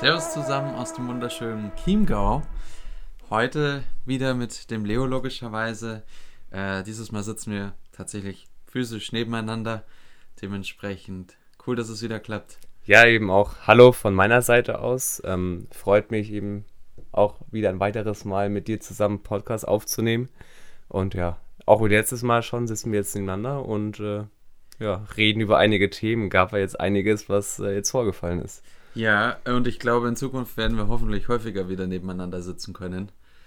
Servus zusammen aus dem wunderschönen Chiemgau. Heute wieder mit dem Leo logischerweise. Dieses Mal sitzen wir tatsächlich physisch nebeneinander. Dementsprechend cool, dass es wieder klappt. Ja, eben auch Hallo von meiner Seite aus. Freut mich eben auch wieder ein weiteres Mal mit dir zusammen Podcast aufzunehmen. Und ja, auch wie letztes Mal schon sitzen wir jetzt nebeneinander und reden über einige Themen. Gab ja jetzt einiges, was jetzt vorgefallen ist. Ja, und ich glaube, in Zukunft werden wir hoffentlich häufiger wieder nebeneinander sitzen können.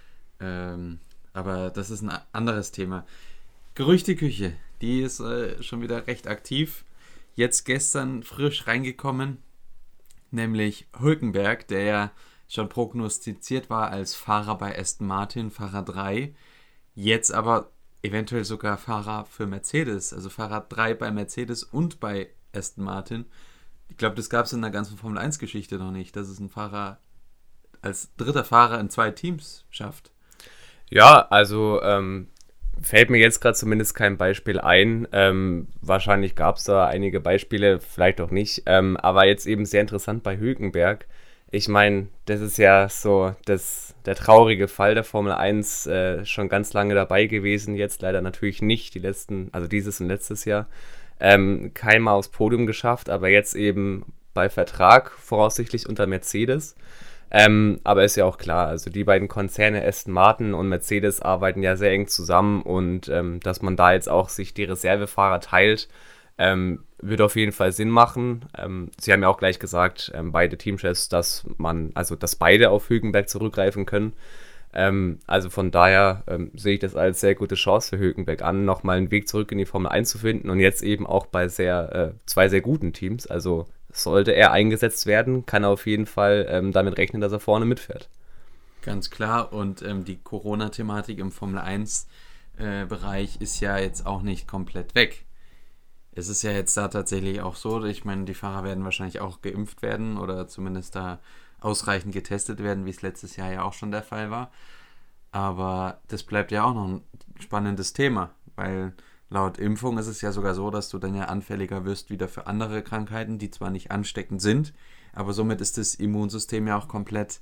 Aber das ist ein anderes Thema. Gerüchteküche, die ist schon wieder recht aktiv. Jetzt gestern frisch reingekommen, nämlich Hülkenberg, der ja schon prognostiziert war als Fahrer bei Aston Martin, Fahrer 3. Jetzt aber eventuell sogar Fahrer für Mercedes, also Fahrer 3 bei Mercedes und bei Aston Martin. Ich glaube, das gab es in der ganzen Formel-1-Geschichte noch nicht, dass es ein Fahrer als dritter Fahrer in 2 Teams schafft. Ja, also fällt mir jetzt gerade zumindest kein Beispiel ein. Wahrscheinlich gab es da einige Beispiele, vielleicht auch nicht. Aber jetzt eben sehr interessant bei Hülkenberg. Ich meine, das ist ja so der traurige Fall der Formel 1, schon ganz lange dabei gewesen. Jetzt leider natürlich nicht dieses und letztes Jahr. Keinmal aufs Podium geschafft, aber jetzt eben bei Vertrag, voraussichtlich unter Mercedes. Aber ist ja auch klar, also die beiden Konzerne Aston Martin und Mercedes arbeiten ja sehr eng zusammen und dass man da jetzt auch sich die Reservefahrer teilt, wird auf jeden Fall Sinn machen. Sie haben ja auch gleich gesagt, beide Teamchefs, dass beide auf Hülkenberg zurückgreifen können. Also von daher sehe ich das als sehr gute Chance für Hülkenberg an, nochmal einen Weg zurück in die Formel 1 zu finden und jetzt eben auch bei zwei sehr guten Teams. Also sollte er eingesetzt werden, kann er auf jeden Fall damit rechnen, dass er vorne mitfährt. Ganz klar, und die Corona-Thematik im Formel 1-Bereich ist ja jetzt auch nicht komplett weg. Es ist ja jetzt da tatsächlich auch so, ich meine, die Fahrer werden wahrscheinlich auch geimpft werden oder zumindest da ausreichend getestet werden, wie es letztes Jahr ja auch schon der Fall war. Aber das bleibt ja auch noch ein spannendes Thema, weil laut Impfung ist es ja sogar so, dass du dann ja anfälliger wirst wieder für andere Krankheiten, die zwar nicht ansteckend sind, aber somit ist das Immunsystem ja auch komplett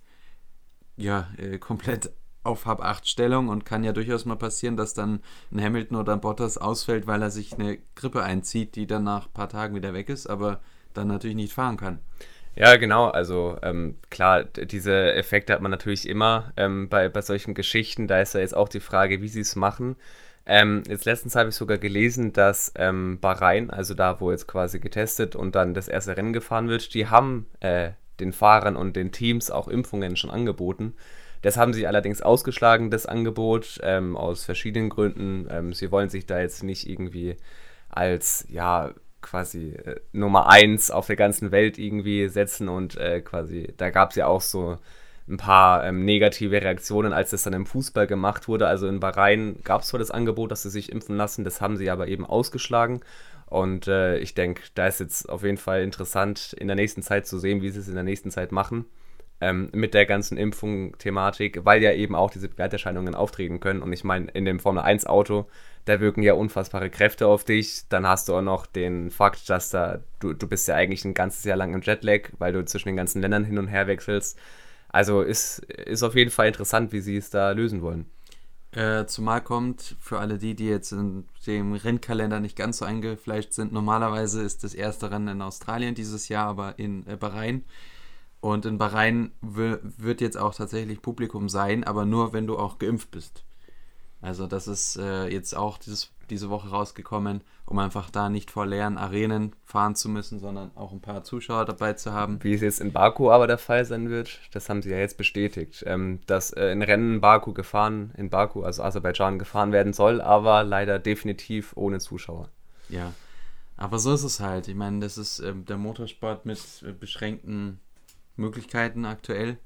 auf Hab-8-Stellung und kann ja durchaus mal passieren, dass dann ein Hamilton oder ein Bottas ausfällt, weil er sich eine Grippe einzieht, die dann nach ein paar Tagen wieder weg ist, aber dann natürlich nicht fahren kann. Ja, genau, also klar, diese Effekte hat man natürlich immer bei solchen Geschichten, da ist ja jetzt auch die Frage, wie sie es machen. Jetzt letztens habe ich sogar gelesen, dass Bahrain, also da, wo jetzt quasi getestet und dann das erste Rennen gefahren wird, die haben den Fahrern und den Teams auch Impfungen schon angeboten. Das haben sie allerdings ausgeschlagen, das Angebot, aus verschiedenen Gründen. Sie wollen sich da jetzt nicht irgendwie als, quasi Nummer 1 auf der ganzen Welt irgendwie setzen und da gab es ja auch so ein paar negative Reaktionen, als das dann im Fußball gemacht wurde. Also in Bahrain gab es zwar das Angebot, dass sie sich impfen lassen, das haben sie aber eben ausgeschlagen. Und ich denke, da ist jetzt auf jeden Fall interessant, in der nächsten Zeit zu sehen, wie sie es in der nächsten Zeit machen mit der ganzen Impfung-Thematik, weil ja eben auch diese Begleiterscheinungen auftreten können. Und ich meine, in dem Formel-1-Auto, da wirken ja unfassbare Kräfte auf dich. Dann hast du auch noch den Fakt, dass du bist ja eigentlich ein ganzes Jahr lang im Jetlag, weil du zwischen den ganzen Ländern hin und her wechselst. Also ist auf jeden Fall interessant, wie sie es da lösen wollen. Zumal kommt, für alle die jetzt in dem Rennkalender nicht ganz so eingefleischt sind, normalerweise ist das erste Rennen in Australien dieses Jahr, aber in Bahrain. Und in Bahrain wird jetzt auch tatsächlich Publikum sein, aber nur, wenn du auch geimpft bist. Also das ist jetzt auch diese Woche rausgekommen, um einfach da nicht vor leeren Arenen fahren zu müssen, sondern auch ein paar Zuschauer dabei zu haben. Wie es jetzt in Baku aber der Fall sein wird, das haben sie ja jetzt bestätigt, dass ein Rennen in Baku, also Aserbaidschan, gefahren werden soll, aber leider definitiv ohne Zuschauer. Ja, aber so ist es halt. Ich meine, das ist der Motorsport mit beschränkten Möglichkeiten aktuell.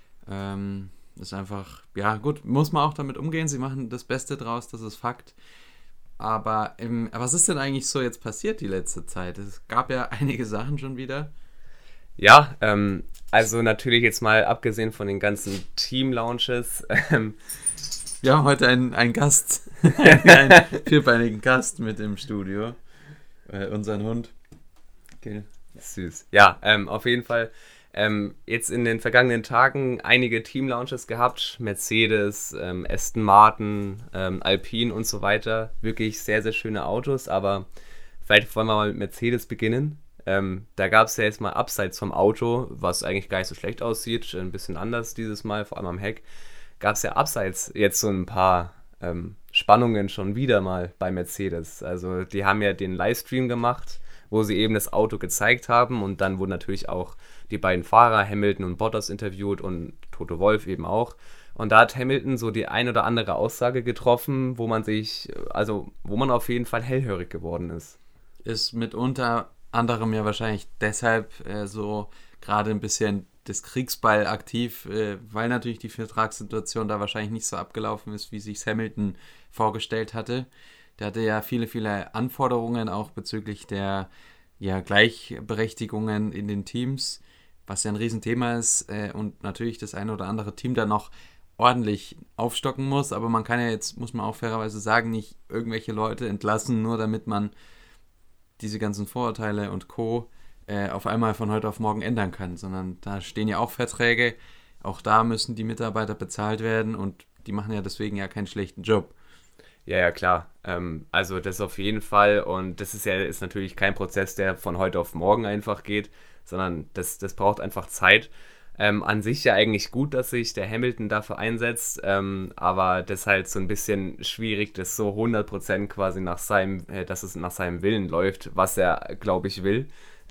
Ist einfach, ja gut, muss man auch damit umgehen. Sie machen das Beste draus, das ist Fakt. Aber was ist denn eigentlich so jetzt passiert die letzte Zeit? Es gab ja einige Sachen schon wieder. Ja, also natürlich jetzt mal abgesehen von den ganzen Team-Launches. Wir haben heute einen Gast, einen vierbeinigen Gast mit im Studio. Unseren Hund. Okay. Süß. Ja, auf jeden Fall Jetzt in den vergangenen Tagen einige Team-Launches gehabt, Mercedes, Aston Martin, Alpine und so weiter. Wirklich sehr, sehr schöne Autos, aber vielleicht wollen wir mal mit Mercedes beginnen. Da gab es ja jetzt mal abseits vom Auto, was eigentlich gar nicht so schlecht aussieht, ein bisschen anders dieses Mal, vor allem am Heck, gab es ja abseits jetzt so ein paar Spannungen schon wieder mal bei Mercedes. Also die haben ja den Livestream gemacht, wo sie eben das Auto gezeigt haben und dann wurden natürlich auch die beiden Fahrer, Hamilton und Bottas, interviewt und Toto Wolff eben auch. Und da hat Hamilton so die ein oder andere Aussage getroffen, wo man auf jeden Fall hellhörig geworden ist. Ist mitunter anderem ja wahrscheinlich deshalb so gerade ein bisschen das Kriegsball aktiv, weil natürlich die Vertragssituation da wahrscheinlich nicht so abgelaufen ist, wie sich Hamilton vorgestellt hatte. Der hatte ja viele, viele Anforderungen auch bezüglich der Gleichberechtigungen in den Teams, was ja ein Riesenthema ist und natürlich das eine oder andere Team da noch ordentlich aufstocken muss, aber man kann ja jetzt, muss man auch fairerweise sagen, nicht irgendwelche Leute entlassen, nur damit man diese ganzen Vorurteile und Co. Auf einmal von heute auf morgen ändern kann, sondern da stehen ja auch Verträge, auch da müssen die Mitarbeiter bezahlt werden und die machen ja deswegen ja keinen schlechten Job. Ja, klar. Also das auf jeden Fall und das ist natürlich kein Prozess, der von heute auf morgen einfach geht, sondern das braucht einfach Zeit. An sich ja eigentlich gut, dass sich der Hamilton dafür einsetzt, aber das ist halt so ein bisschen schwierig, das so 100% quasi dass es nach seinem Willen läuft, was er, glaube ich, will.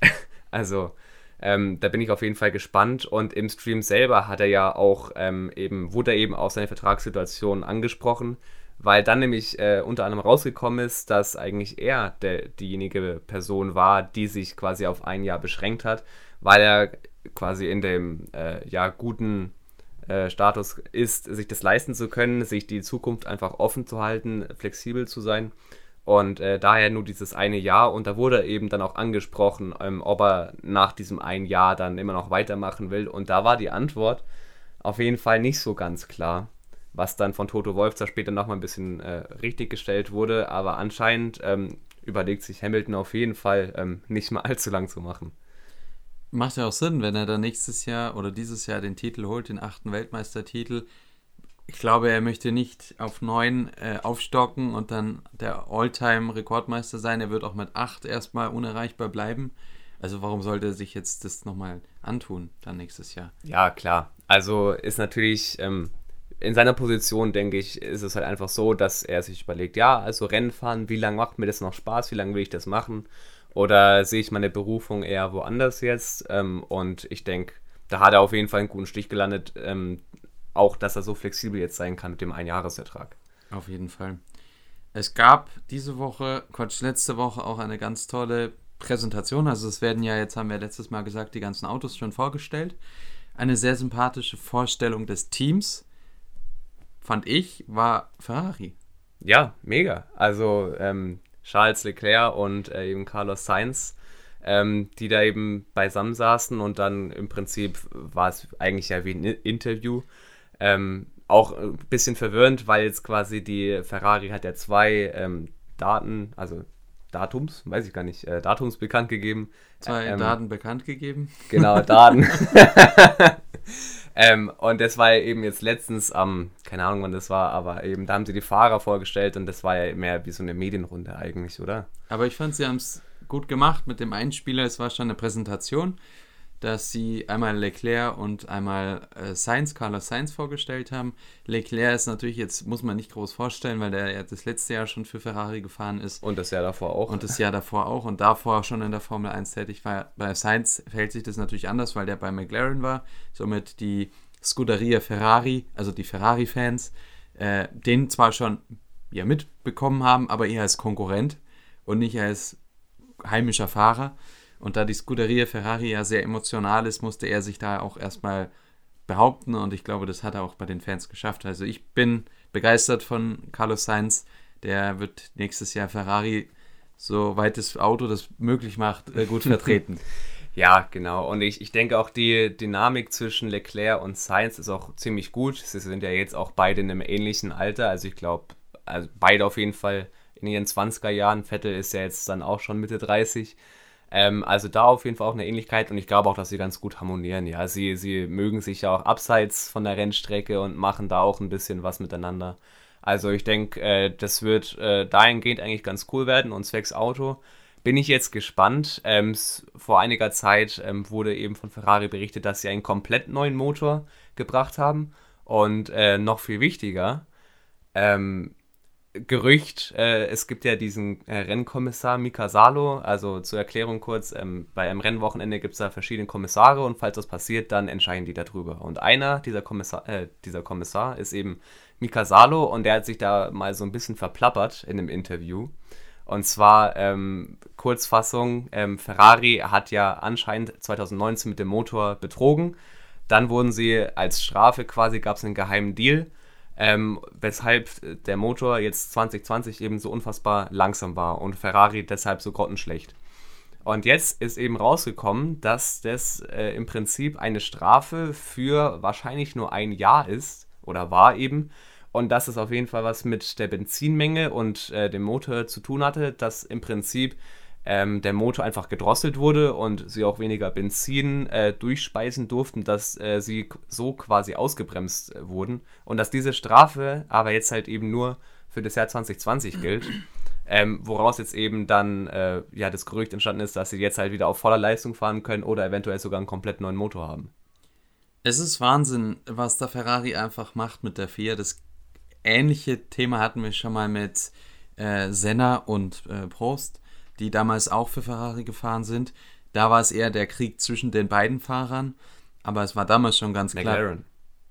Also, da bin ich auf jeden Fall gespannt und im Stream selber hat er ja auch wurde er eben auf seine Vertragssituation angesprochen, weil dann nämlich unter anderem rausgekommen ist, dass eigentlich er diejenige Person war, die sich quasi auf ein Jahr beschränkt hat, weil er quasi in dem guten Status ist, sich das leisten zu können, sich die Zukunft einfach offen zu halten, flexibel zu sein und daher nur dieses eine Jahr und da wurde eben dann auch angesprochen, ob er nach diesem einen Jahr dann immer noch weitermachen will und da war die Antwort auf jeden Fall nicht so ganz klar, was dann von Toto Wolff da später nochmal ein bisschen richtig gestellt wurde, aber anscheinend überlegt sich Hamilton auf jeden Fall nicht mal allzu lang zu machen. Macht ja auch Sinn, wenn er dann nächstes Jahr oder dieses Jahr den Titel holt, den 8. Weltmeistertitel. Ich glaube, er möchte nicht auf 9 aufstocken und dann der All-Time-Rekordmeister sein. Er wird auch mit 8 erstmal unerreichbar bleiben. Also warum sollte er sich jetzt das nochmal antun, dann nächstes Jahr? Ja, klar. Also ist natürlich in seiner Position, denke ich, ist es halt einfach so, dass er sich überlegt, ja, also Rennen fahren, wie lange macht mir das noch Spaß, wie lange will ich das machen? Oder sehe ich meine Berufung eher woanders jetzt? Und ich denke, da hat er auf jeden Fall einen guten Stich gelandet, auch, dass er so flexibel jetzt sein kann mit dem Einjahresvertrag. Auf jeden Fall. Es gab letzte Woche auch eine ganz tolle Präsentation. Also es werden ja, jetzt haben wir letztes Mal gesagt, die ganzen Autos schon vorgestellt. Eine sehr sympathische Vorstellung des Teams, fand ich, war Ferrari. Ja, mega. Also Charles Leclerc und eben Carlos Sainz, die da eben beisammen saßen und dann im Prinzip war es eigentlich ja wie ein Interview. Auch ein bisschen verwirrend, weil jetzt quasi die Ferrari hat ja 2 Datums, weiß ich gar nicht, Datums bekannt gegeben. 2 Daten bekannt gegeben. Genau, Daten. Und das war ja eben jetzt letztens keine Ahnung wann das war, aber eben da haben sie die Fahrer vorgestellt und das war ja mehr wie so eine Medienrunde eigentlich, oder? Aber ich fand, sie haben es gut gemacht mit dem Einspieler. Es war schon eine Präsentation, dass sie einmal Leclerc und einmal Carlos Sainz vorgestellt haben. Leclerc ist natürlich, jetzt muss man nicht groß vorstellen, weil der ja das letzte Jahr schon für Ferrari gefahren ist. Und das Jahr davor auch. Und das Jahr davor auch und davor schon in der Formel 1 tätig war. Bei Sainz verhält sich das natürlich anders, weil der bei McLaren war. Somit die Scuderia Ferrari, also die Ferrari-Fans, den zwar schon mitbekommen haben, aber eher als Konkurrent und nicht als heimischer Fahrer. Und da die Scuderia Ferrari ja sehr emotional ist, musste er sich da auch erstmal behaupten und ich glaube, das hat er auch bei den Fans geschafft. Also ich bin begeistert von Carlos Sainz, der wird nächstes Jahr Ferrari, soweit das Auto das möglich macht, gut vertreten. Ja, genau. Und ich denke auch, die Dynamik zwischen Leclerc und Sainz ist auch ziemlich gut. Sie sind ja jetzt auch beide in einem ähnlichen Alter. Also ich glaube, beide auf jeden Fall in ihren 20er Jahren. Vettel ist ja jetzt dann auch schon Mitte 30. Also da auf jeden Fall auch eine Ähnlichkeit und ich glaube auch, dass sie ganz gut harmonieren. Ja, sie mögen sich ja auch abseits von der Rennstrecke und machen da auch ein bisschen was miteinander. Also ich denke, das wird dahingehend eigentlich ganz cool werden und zwecks Auto bin ich jetzt gespannt. Vor einiger Zeit wurde eben von Ferrari berichtet, dass sie einen komplett neuen Motor gebracht haben und noch viel wichtiger, ähm, Gerücht, es gibt ja diesen Rennkommissar Mika Salo, also zur Erklärung kurz, bei einem Rennwochenende gibt es da verschiedene Kommissare und falls das passiert, dann entscheiden die darüber. Und einer dieser Kommissar ist eben Mika Salo und der hat sich da mal so ein bisschen verplappert in einem Interview. Und zwar, Kurzfassung, Ferrari hat ja anscheinend 2019 mit dem Motor betrogen. Dann wurden sie als Strafe quasi, gab es einen geheimen Deal, weshalb der Motor jetzt 2020 eben so unfassbar langsam war und Ferrari deshalb so grottenschlecht. Und jetzt ist eben rausgekommen, dass das im Prinzip eine Strafe für wahrscheinlich nur ein Jahr ist oder war eben und dass es auf jeden Fall was mit der Benzinmenge und dem Motor zu tun hatte, dass im Prinzip der Motor einfach gedrosselt wurde und sie auch weniger Benzin durchspeisen durften, dass sie so quasi ausgebremst wurden und dass diese Strafe aber jetzt halt eben nur für das Jahr 2020 gilt, woraus jetzt eben dann ja das Gerücht entstanden ist, dass sie jetzt halt wieder auf voller Leistung fahren können oder eventuell sogar einen komplett neuen Motor haben. Es ist Wahnsinn, was da Ferrari einfach macht mit der FIA. Das ähnliche Thema hatten wir schon mal mit Senna und Prost, die damals auch für Ferrari gefahren sind. Da war es eher der Krieg zwischen den beiden Fahrern, aber es war damals schon ganz klar. McLaren.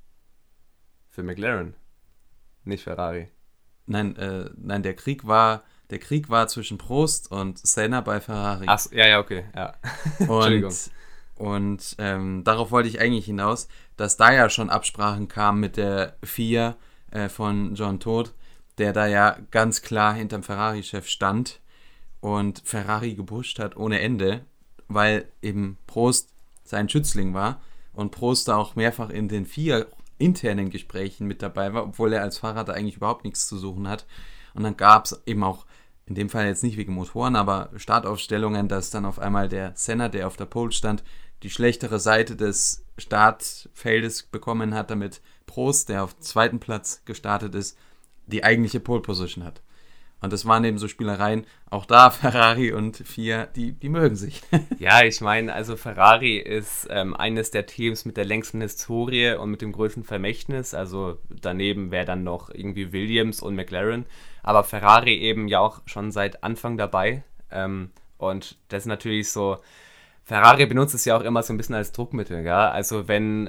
Für McLaren, nicht Ferrari. Nein, der Krieg war zwischen Prost und Senna bei Ferrari. Ach, ja, okay, ja. Entschuldigung. Und darauf wollte ich eigentlich hinaus, dass da ja schon Absprachen kamen mit der FIA von John Todt, der da ja ganz klar hinterm Ferrari-Chef stand und Ferrari gepusht hat ohne Ende, weil eben Prost sein Schützling war und Prost da auch mehrfach in den FIA internen Gesprächen mit dabei war, obwohl er als Fahrer da eigentlich überhaupt nichts zu suchen hat. Und dann gab es eben auch, in dem Fall jetzt nicht wegen Motoren, aber Startaufstellungen, dass dann auf einmal der Senna, der auf der Pole stand, die schlechtere Seite des Startfeldes bekommen hat, damit Prost, der auf dem zweiten Platz gestartet ist, die eigentliche Pole Position hat. Und das waren eben so Spielereien, auch da Ferrari und FIA, die mögen sich. Ja, ich meine, also Ferrari ist eines der Teams mit der längsten Historie und mit dem größten Vermächtnis. Also daneben wäre dann noch irgendwie Williams und McLaren. Aber Ferrari eben ja auch schon seit Anfang dabei. Und das ist natürlich so, Ferrari benutzt es ja auch immer so ein bisschen als Druckmittel. Ja? Also wenn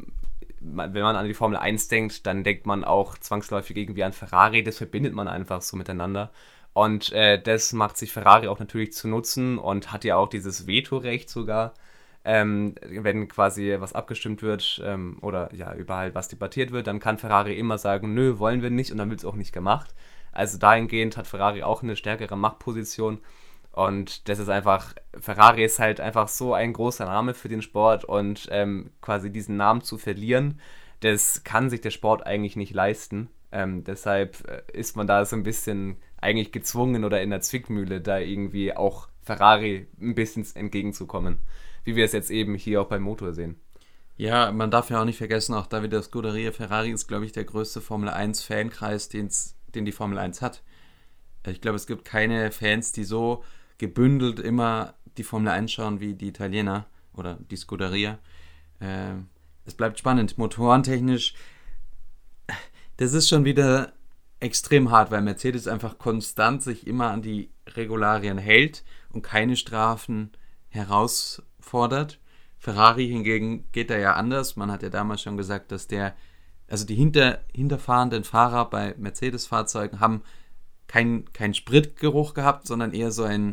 man an die Formel 1 denkt, dann denkt man auch zwangsläufig irgendwie an Ferrari, das verbindet man einfach so miteinander. Und das macht sich Ferrari auch natürlich zu nutzen und hat ja auch dieses Vetorecht sogar, wenn quasi was abgestimmt wird oder ja überall was debattiert wird, dann kann Ferrari immer sagen, nö, wollen wir nicht und dann wird es auch nicht gemacht. Also dahingehend hat Ferrari auch eine stärkere Machtposition. Und das ist einfach, Ferrari ist halt einfach so ein großer Name für den Sport und quasi diesen Namen zu verlieren, das kann sich der Sport eigentlich nicht leisten. Deshalb ist man da so ein bisschen eigentlich gezwungen oder in der Zwickmühle, da irgendwie auch Ferrari ein bisschen entgegenzukommen. Wie wir es jetzt eben hier auch beim Motor sehen. Ja, man darf ja auch nicht vergessen, auch da wieder Scuderia Ferrari ist, glaube ich, der größte Formel 1 Fankreis, den die Formel 1 hat. Ich glaube, es gibt keine Fans, die so gebündelt immer die Formel 1 schauen wie die Italiener oder die Scuderia. Es bleibt spannend. Motorentechnisch, das ist schon wieder extrem hart, weil Mercedes einfach konstant sich immer an die Regularien hält und keine Strafen herausfordert. Ferrari hingegen geht da ja anders. Man hat ja damals schon gesagt, dass die hinterfahrenden Fahrer bei Mercedes-Fahrzeugen haben keinen Spritgeruch gehabt, sondern eher so ein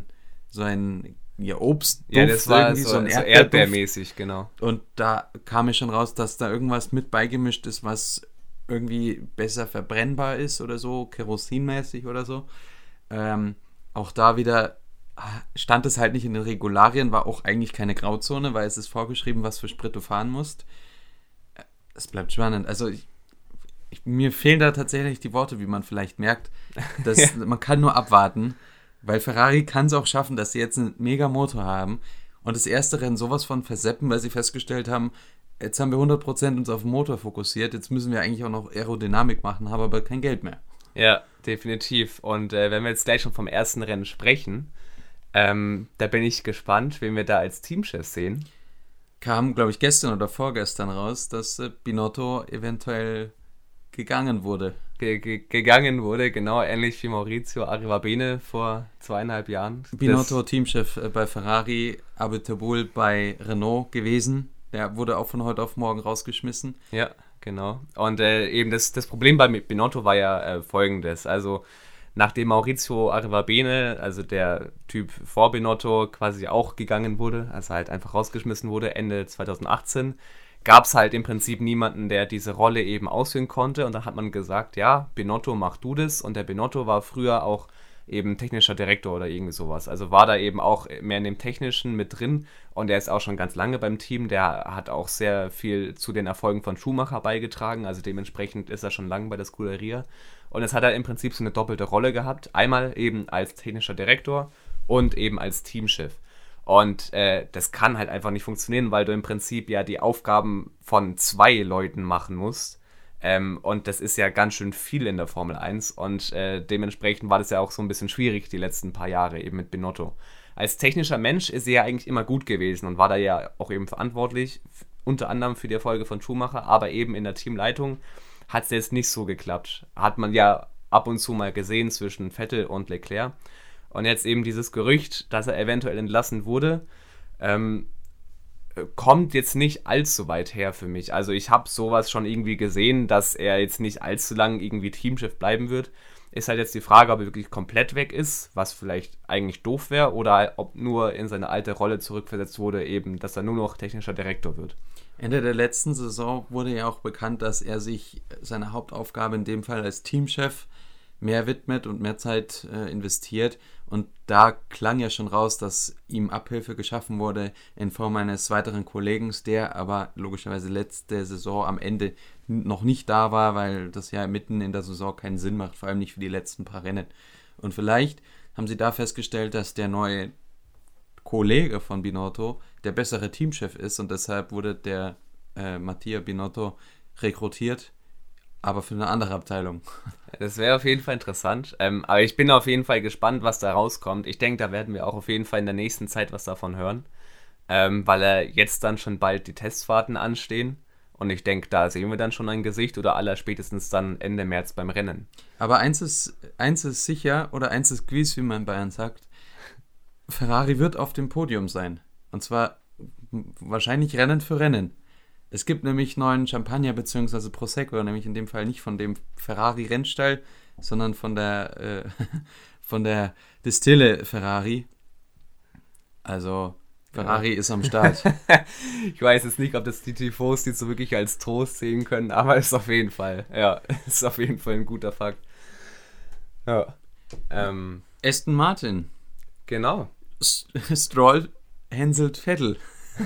Obstduft. Ja, das war irgendwie so ein Erdbeermäßig, genau. Und da kam mir schon raus, dass da irgendwas mit beigemischt ist, was irgendwie besser verbrennbar ist oder so, kerosinmäßig oder so. Auch da wieder stand es halt nicht in den Regularien, war auch eigentlich keine Grauzone, weil es ist vorgeschrieben, was für Sprit du fahren musst. Es bleibt spannend. Also mir fehlen da tatsächlich die Worte, wie man vielleicht merkt. Man kann nur abwarten, Weil Ferrari kann es auch schaffen, dass sie jetzt einen Mega-Motor haben und das erste Rennen sowas von verseppen, weil sie festgestellt haben, jetzt haben wir 100% uns auf den Motor fokussiert, jetzt müssen wir eigentlich auch noch Aerodynamik machen, haben aber kein Geld mehr. Ja, definitiv. Und wenn wir jetzt gleich schon vom ersten Rennen sprechen, da bin ich gespannt, wen wir da als Teamchef sehen. Kam, glaube ich, gestern oder vorgestern raus, dass Binotto eventuell gegangen wurde. Gegangen wurde, genau ähnlich wie Maurizio Arrivabene vor 2,5 Jahren. Binotto, Teamchef bei Ferrari, Abiteboul bei Renault gewesen. Der wurde auch von heute auf morgen rausgeschmissen. Ja, genau. Und eben das Problem bei Binotto war ja folgendes. Also nachdem Maurizio Arrivabene, also der Typ vor Binotto, quasi auch gegangen wurde, also halt einfach rausgeschmissen wurde, Ende 2018, gab es halt im Prinzip niemanden, der diese Rolle eben ausführen konnte. Und dann hat man gesagt, ja, Binotto, mach du das. Und der Binotto war früher auch eben technischer Direktor oder irgendwie sowas. Also war da eben auch mehr in dem Technischen mit drin. Und er ist auch schon ganz lange beim Team. Der hat auch sehr viel zu den Erfolgen von Schumacher beigetragen. Also dementsprechend ist er schon lange bei der Scuderia. Und es hat er im Prinzip so eine doppelte Rolle gehabt. Einmal eben als technischer Direktor und eben als Teamchef. Und das kann halt einfach nicht funktionieren, weil du im Prinzip ja die Aufgaben von 2 Leuten machen musst. Und das ist ja ganz schön viel in der Formel 1. Und dementsprechend war das ja auch so ein bisschen schwierig die letzten paar Jahre eben mit Binotto. Als technischer Mensch ist er ja eigentlich immer gut gewesen und war da ja auch eben verantwortlich, unter anderem für die Erfolge von Schumacher, aber eben in der Teamleitung hat es jetzt nicht so geklappt. Hat man ja ab und zu mal gesehen zwischen Vettel und Leclerc. Und jetzt eben dieses Gerücht, dass er eventuell entlassen wurde, kommt jetzt nicht allzu weit her für mich. Also ich habe sowas schon irgendwie gesehen, dass er jetzt nicht allzu lang irgendwie Teamchef bleiben wird. Ist halt jetzt die Frage, ob er wirklich komplett weg ist, was vielleicht eigentlich doof wäre, oder ob nur in seine alte Rolle zurückversetzt wurde, eben, dass er nur noch technischer Direktor wird. Ende der letzten Saison wurde ja auch bekannt, dass er sich seiner Hauptaufgabe in dem Fall als Teamchef mehr widmet und mehr Zeit investiert. Und da klang ja schon raus, dass ihm Abhilfe geschaffen wurde in Form eines weiteren Kollegen, der aber logischerweise letzte Saison am Ende noch nicht da war, weil das ja mitten in der Saison keinen Sinn macht, vor allem nicht für die letzten paar Rennen. Und vielleicht haben sie da festgestellt, dass der neue Kollege von Binotto der bessere Teamchef ist und deshalb wurde der Mattia Binotto rekrutiert, aber für eine andere Abteilung. Das wäre auf jeden Fall interessant. Aber ich bin auf jeden Fall gespannt, was da rauskommt. Ich denke, da werden wir auch auf jeden Fall in der nächsten Zeit was davon hören. Weil jetzt dann schon bald die Testfahrten anstehen. Und ich denke, da sehen wir dann schon ein Gesicht oder aller spätestens dann Ende März beim Rennen. Aber eins ist sicher, oder eins ist gewiss, wie man in Bayern sagt, Ferrari wird auf dem Podium sein. Und zwar wahrscheinlich Rennen für Rennen. Es gibt nämlich neuen Champagner bzw. Prosecco, nämlich in dem Fall nicht von dem Ferrari-Rennstall, sondern von der Distille Ferrari. Also Ferrari ist am Start. Ich weiß jetzt nicht, ob das die Tifos die so wirklich als Trost sehen können, aber ist auf jeden Fall, ist auf jeden Fall ein guter Fakt. Ja. Aston Martin. Genau. Stroll hänselt Vettel.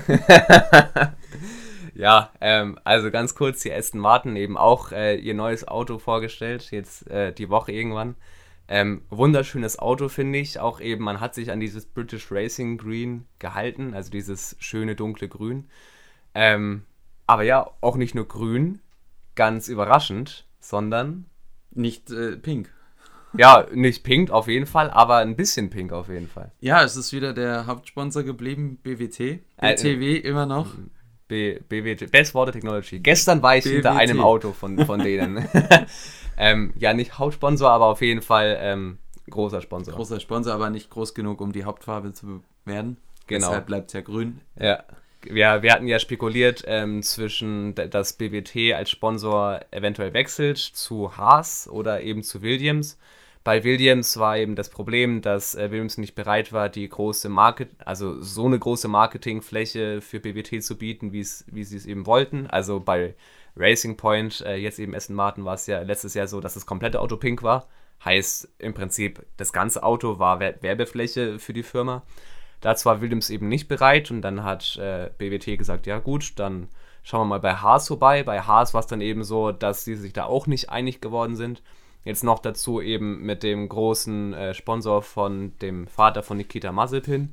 Ja, also ganz kurz, die Aston Martin eben auch ihr neues Auto vorgestellt, jetzt die Woche irgendwann. Wunderschönes Auto, finde ich. Auch eben, man hat sich an dieses British Racing Green gehalten, also dieses schöne dunkle Grün. Aber ja, auch nicht nur grün, ganz überraschend, sondern... Nicht pink. Ja, nicht pink auf jeden Fall, aber ein bisschen pink auf jeden Fall. Ja, es ist wieder der Hauptsponsor geblieben, BWT. BTW immer noch. BWT, Best Water Technology. Gestern war ich BWT. hinter einem Auto von denen. Ja, nicht Hauptsponsor, aber auf jeden Fall großer Sponsor. Großer Sponsor, aber nicht groß genug, um die Hauptfarbe zu werden. Genau. Deshalb bleibt es ja grün. Ja. Wir hatten ja spekuliert zwischen, dass BWT als Sponsor eventuell wechselt zu Haas oder eben zu Williams. Bei Williams war eben das Problem, dass Williams nicht bereit war, die große also so eine große Marketingfläche für BWT zu bieten, wie sie es eben wollten. Also bei Racing Point, jetzt eben Aston Martin, war es ja letztes Jahr so, dass das komplette Auto pink war. Heißt im Prinzip, das ganze Auto war Werbefläche für die Firma. Dazu war Williams eben nicht bereit und dann hat BWT gesagt, ja gut, dann schauen wir mal bei Haas vorbei. Bei Haas war es dann eben so, dass sie sich da auch nicht einig geworden sind. Jetzt noch dazu eben mit dem großen Sponsor von dem Vater von Nikita Mazepin.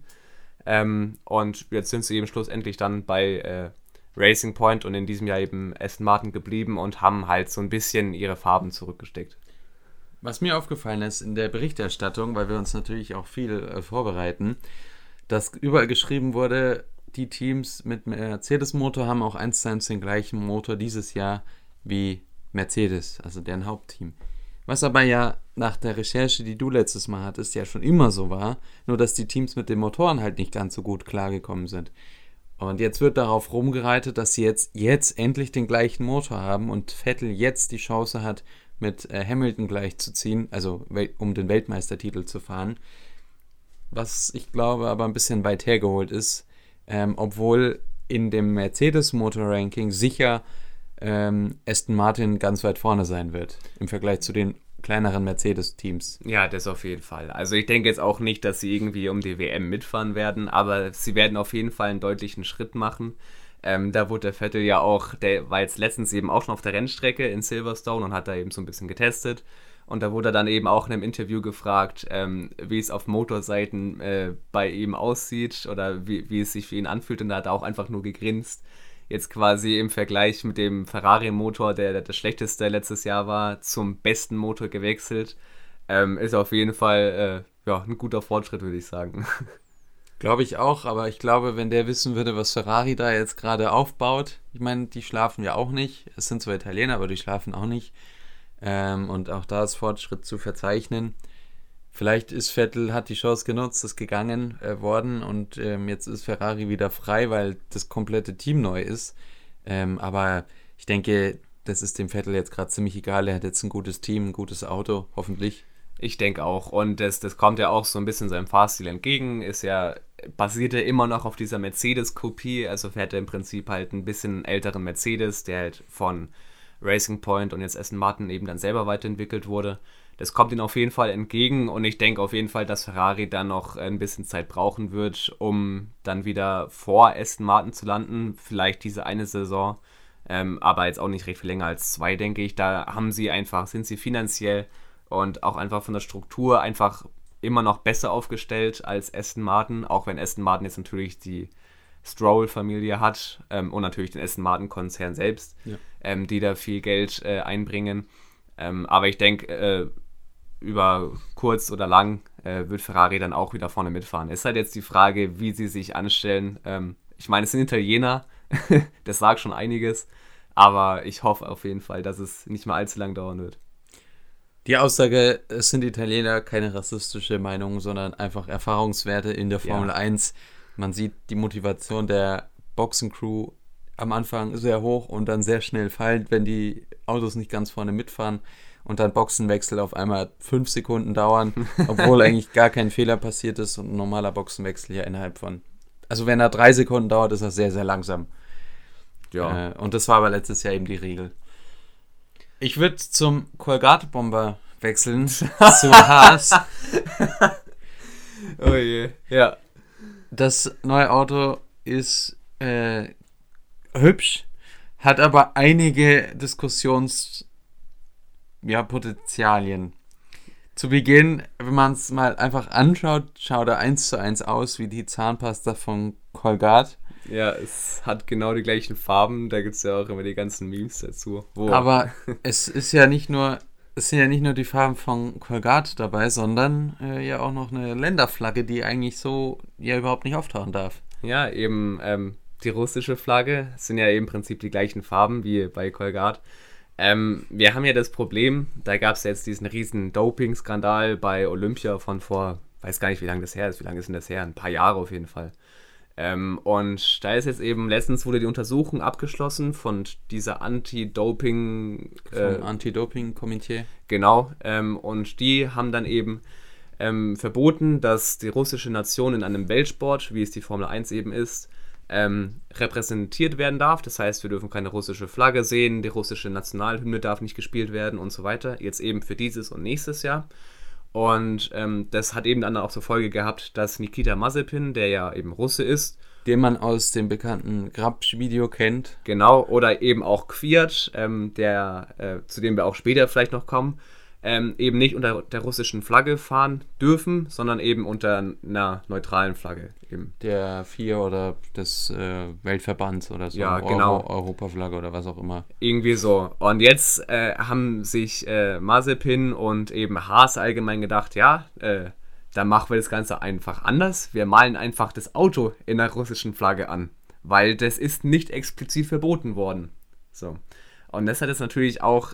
Und jetzt sind sie eben schlussendlich dann bei Racing Point und in diesem Jahr eben Aston Martin geblieben und haben halt so ein bisschen ihre Farben zurückgesteckt. Was mir aufgefallen ist in der Berichterstattung, weil wir uns natürlich auch viel vorbereiten, dass überall geschrieben wurde, die Teams mit Mercedes-Motor haben auch 1:1 den gleichen Motor dieses Jahr wie Mercedes, also deren Hauptteam. Was aber ja nach der Recherche, die du letztes Mal hattest, ja schon immer so war, nur dass die Teams mit den Motoren halt nicht ganz so gut klargekommen sind. Und jetzt wird darauf rumgereitet, dass sie jetzt endlich den gleichen Motor haben und Vettel jetzt die Chance hat, mit Hamilton gleichzuziehen, also um den Weltmeistertitel zu fahren. Was ich glaube aber ein bisschen weit hergeholt ist, obwohl in dem Mercedes-Motor-Ranking sicher Aston Martin ganz weit vorne sein wird im Vergleich zu den kleineren Mercedes-Teams. Ja, das auf jeden Fall. Also ich denke jetzt auch nicht, dass sie irgendwie um die WM mitfahren werden, aber sie werden auf jeden Fall einen deutlichen Schritt machen. Da wurde der Vettel ja auch, der war jetzt letztens eben auch schon auf der Rennstrecke in Silverstone und hat da eben so ein bisschen getestet. Und da wurde er dann eben auch in einem Interview gefragt, wie es auf Motorseiten bei ihm aussieht oder wie es sich für ihn anfühlt. Und da hat er auch einfach nur gegrinst. Jetzt quasi im Vergleich mit dem Ferrari-Motor, der das schlechteste letztes Jahr war, zum besten Motor gewechselt. Ist auf jeden Fall ein guter Fortschritt, würde ich sagen. Glaube ich auch, aber ich glaube, wenn der wissen würde, was Ferrari da jetzt gerade aufbaut, ich meine, die schlafen ja auch nicht. Es sind zwar Italiener, aber die schlafen auch nicht. Und auch da ist Fortschritt zu verzeichnen. Vielleicht hat die Chance genutzt, ist gegangen worden und jetzt ist Ferrari wieder frei, weil das komplette Team neu ist. Aber ich denke, das ist dem Vettel jetzt gerade ziemlich egal. Er hat jetzt ein gutes Team, ein gutes Auto, hoffentlich. Ich denke auch. Und das kommt ja auch so ein bisschen seinem Fahrstil entgegen. Basiert ja immer noch auf dieser Mercedes-Kopie. Also fährt er im Prinzip halt ein bisschen älteren Mercedes, der halt von Racing Point und jetzt Aston Martin eben dann selber weiterentwickelt wurde. Das kommt ihnen auf jeden Fall entgegen und ich denke auf jeden Fall, dass Ferrari dann noch ein bisschen Zeit brauchen wird, um dann wieder vor Aston Martin zu landen. Vielleicht diese eine Saison, aber jetzt auch nicht recht viel länger als 2, denke ich. Da sind sie finanziell und auch einfach von der Struktur einfach immer noch besser aufgestellt als Aston Martin, auch wenn Aston Martin jetzt natürlich die Stroll-Familie hat und natürlich den Aston Martin-Konzern selbst, die da viel Geld einbringen. Aber ich denke, über kurz oder lang wird Ferrari dann auch wieder vorne mitfahren. Ist halt jetzt die Frage, wie sie sich anstellen. Ich meine, es sind Italiener, das sagt schon einiges, aber ich hoffe auf jeden Fall, dass es nicht mehr allzu lang dauern wird. Die Aussage, es sind Italiener, keine rassistische Meinung, sondern einfach Erfahrungswerte in der Formel 1. Man sieht die Motivation der Boxencrew am Anfang sehr hoch und dann sehr schnell fallend, wenn die Autos nicht ganz vorne mitfahren und dann Boxenwechsel auf einmal 5 Sekunden dauern, obwohl eigentlich gar kein Fehler passiert ist und ein normaler Boxenwechsel ja innerhalb von... Also wenn er 3 Sekunden dauert, ist er sehr, sehr langsam. Ja. Und das war aber letztes Jahr eben die Regel. Ich würde zum Colgate-Bomber wechseln, zu Haas. Oh je, ja. Das neue Auto ist hübsch, hat aber einige Potenzialien. Zu Beginn, wenn man es mal einfach anschaut, schaut er 1:1 aus wie die Zahnpasta von Colgate. Ja, es hat genau die gleichen Farben, da gibt es ja auch immer die ganzen Memes dazu. Aber es sind ja nicht nur die Farben von Colgate dabei, sondern ja auch noch eine Länderflagge, die eigentlich so ja überhaupt nicht auftauchen darf. Ja, eben die russische Flagge, es sind ja eben im Prinzip die gleichen Farben wie bei Colgate. Wir haben ja das Problem, da gab es jetzt diesen riesen Doping-Skandal bei Olympia von vor, weiß gar nicht, wie lange das her ist. Wie lange ist denn das her? Ein paar Jahre auf jeden Fall. Und da ist jetzt eben, letztens wurde die Untersuchung abgeschlossen von dieser Anti-Doping... vom Anti-Doping-Komitee. Genau, und die haben dann eben verboten, dass die russische Nation in einem Weltsport, wie es die Formel 1 eben ist, repräsentiert werden darf. Das heißt, wir dürfen keine russische Flagge sehen, die russische Nationalhymne darf nicht gespielt werden und so weiter. Jetzt eben für dieses und nächstes Jahr. Und das hat eben dann auch zur Folge gehabt, dass Nikita Mazepin, der ja eben Russe ist, den man aus dem bekannten Grabsch-Video kennt. Genau, oder eben auch Kwiat, zu dem wir auch später vielleicht noch kommen, eben nicht unter der russischen Flagge fahren dürfen, sondern eben unter einer neutralen Flagge. Eben. Der FIA oder des Weltverbands oder so. Ja, genau. Europaflagge oder was auch immer. Irgendwie so. Und jetzt haben sich Mazepin und eben Haas allgemein gedacht, ja, dann machen wir das Ganze einfach anders. Wir malen einfach das Auto in der russischen Flagge an, weil das ist nicht explizit verboten worden. So. Und das hat jetzt natürlich auch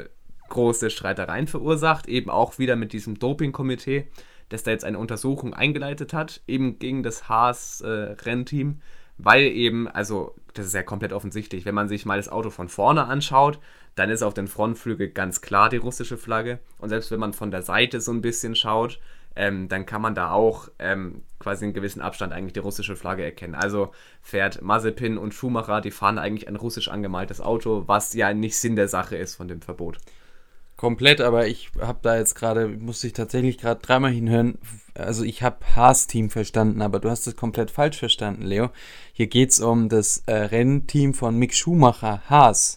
große Streitereien verursacht, eben auch wieder mit diesem Doping-Komitee, das da jetzt eine Untersuchung eingeleitet hat, eben gegen das Haas-Rennteam, weil eben, also das ist ja komplett offensichtlich, wenn man sich mal das Auto von vorne anschaut, dann ist auf den Frontflügel ganz klar die russische Flagge und selbst wenn man von der Seite so ein bisschen schaut, dann kann man da auch quasi in gewissen Abstand eigentlich die russische Flagge erkennen. Also fährt Mazepin und Schumacher, die fahren eigentlich ein russisch angemaltes Auto, was ja nicht Sinn der Sache ist von dem Verbot. Komplett, aber ich habe da jetzt gerade, musste ich tatsächlich gerade dreimal hinhören, also ich habe Haas-Team verstanden, aber du hast es komplett falsch verstanden, Leo. Hier geht es um das Rennteam von Mick Schumacher, Haas.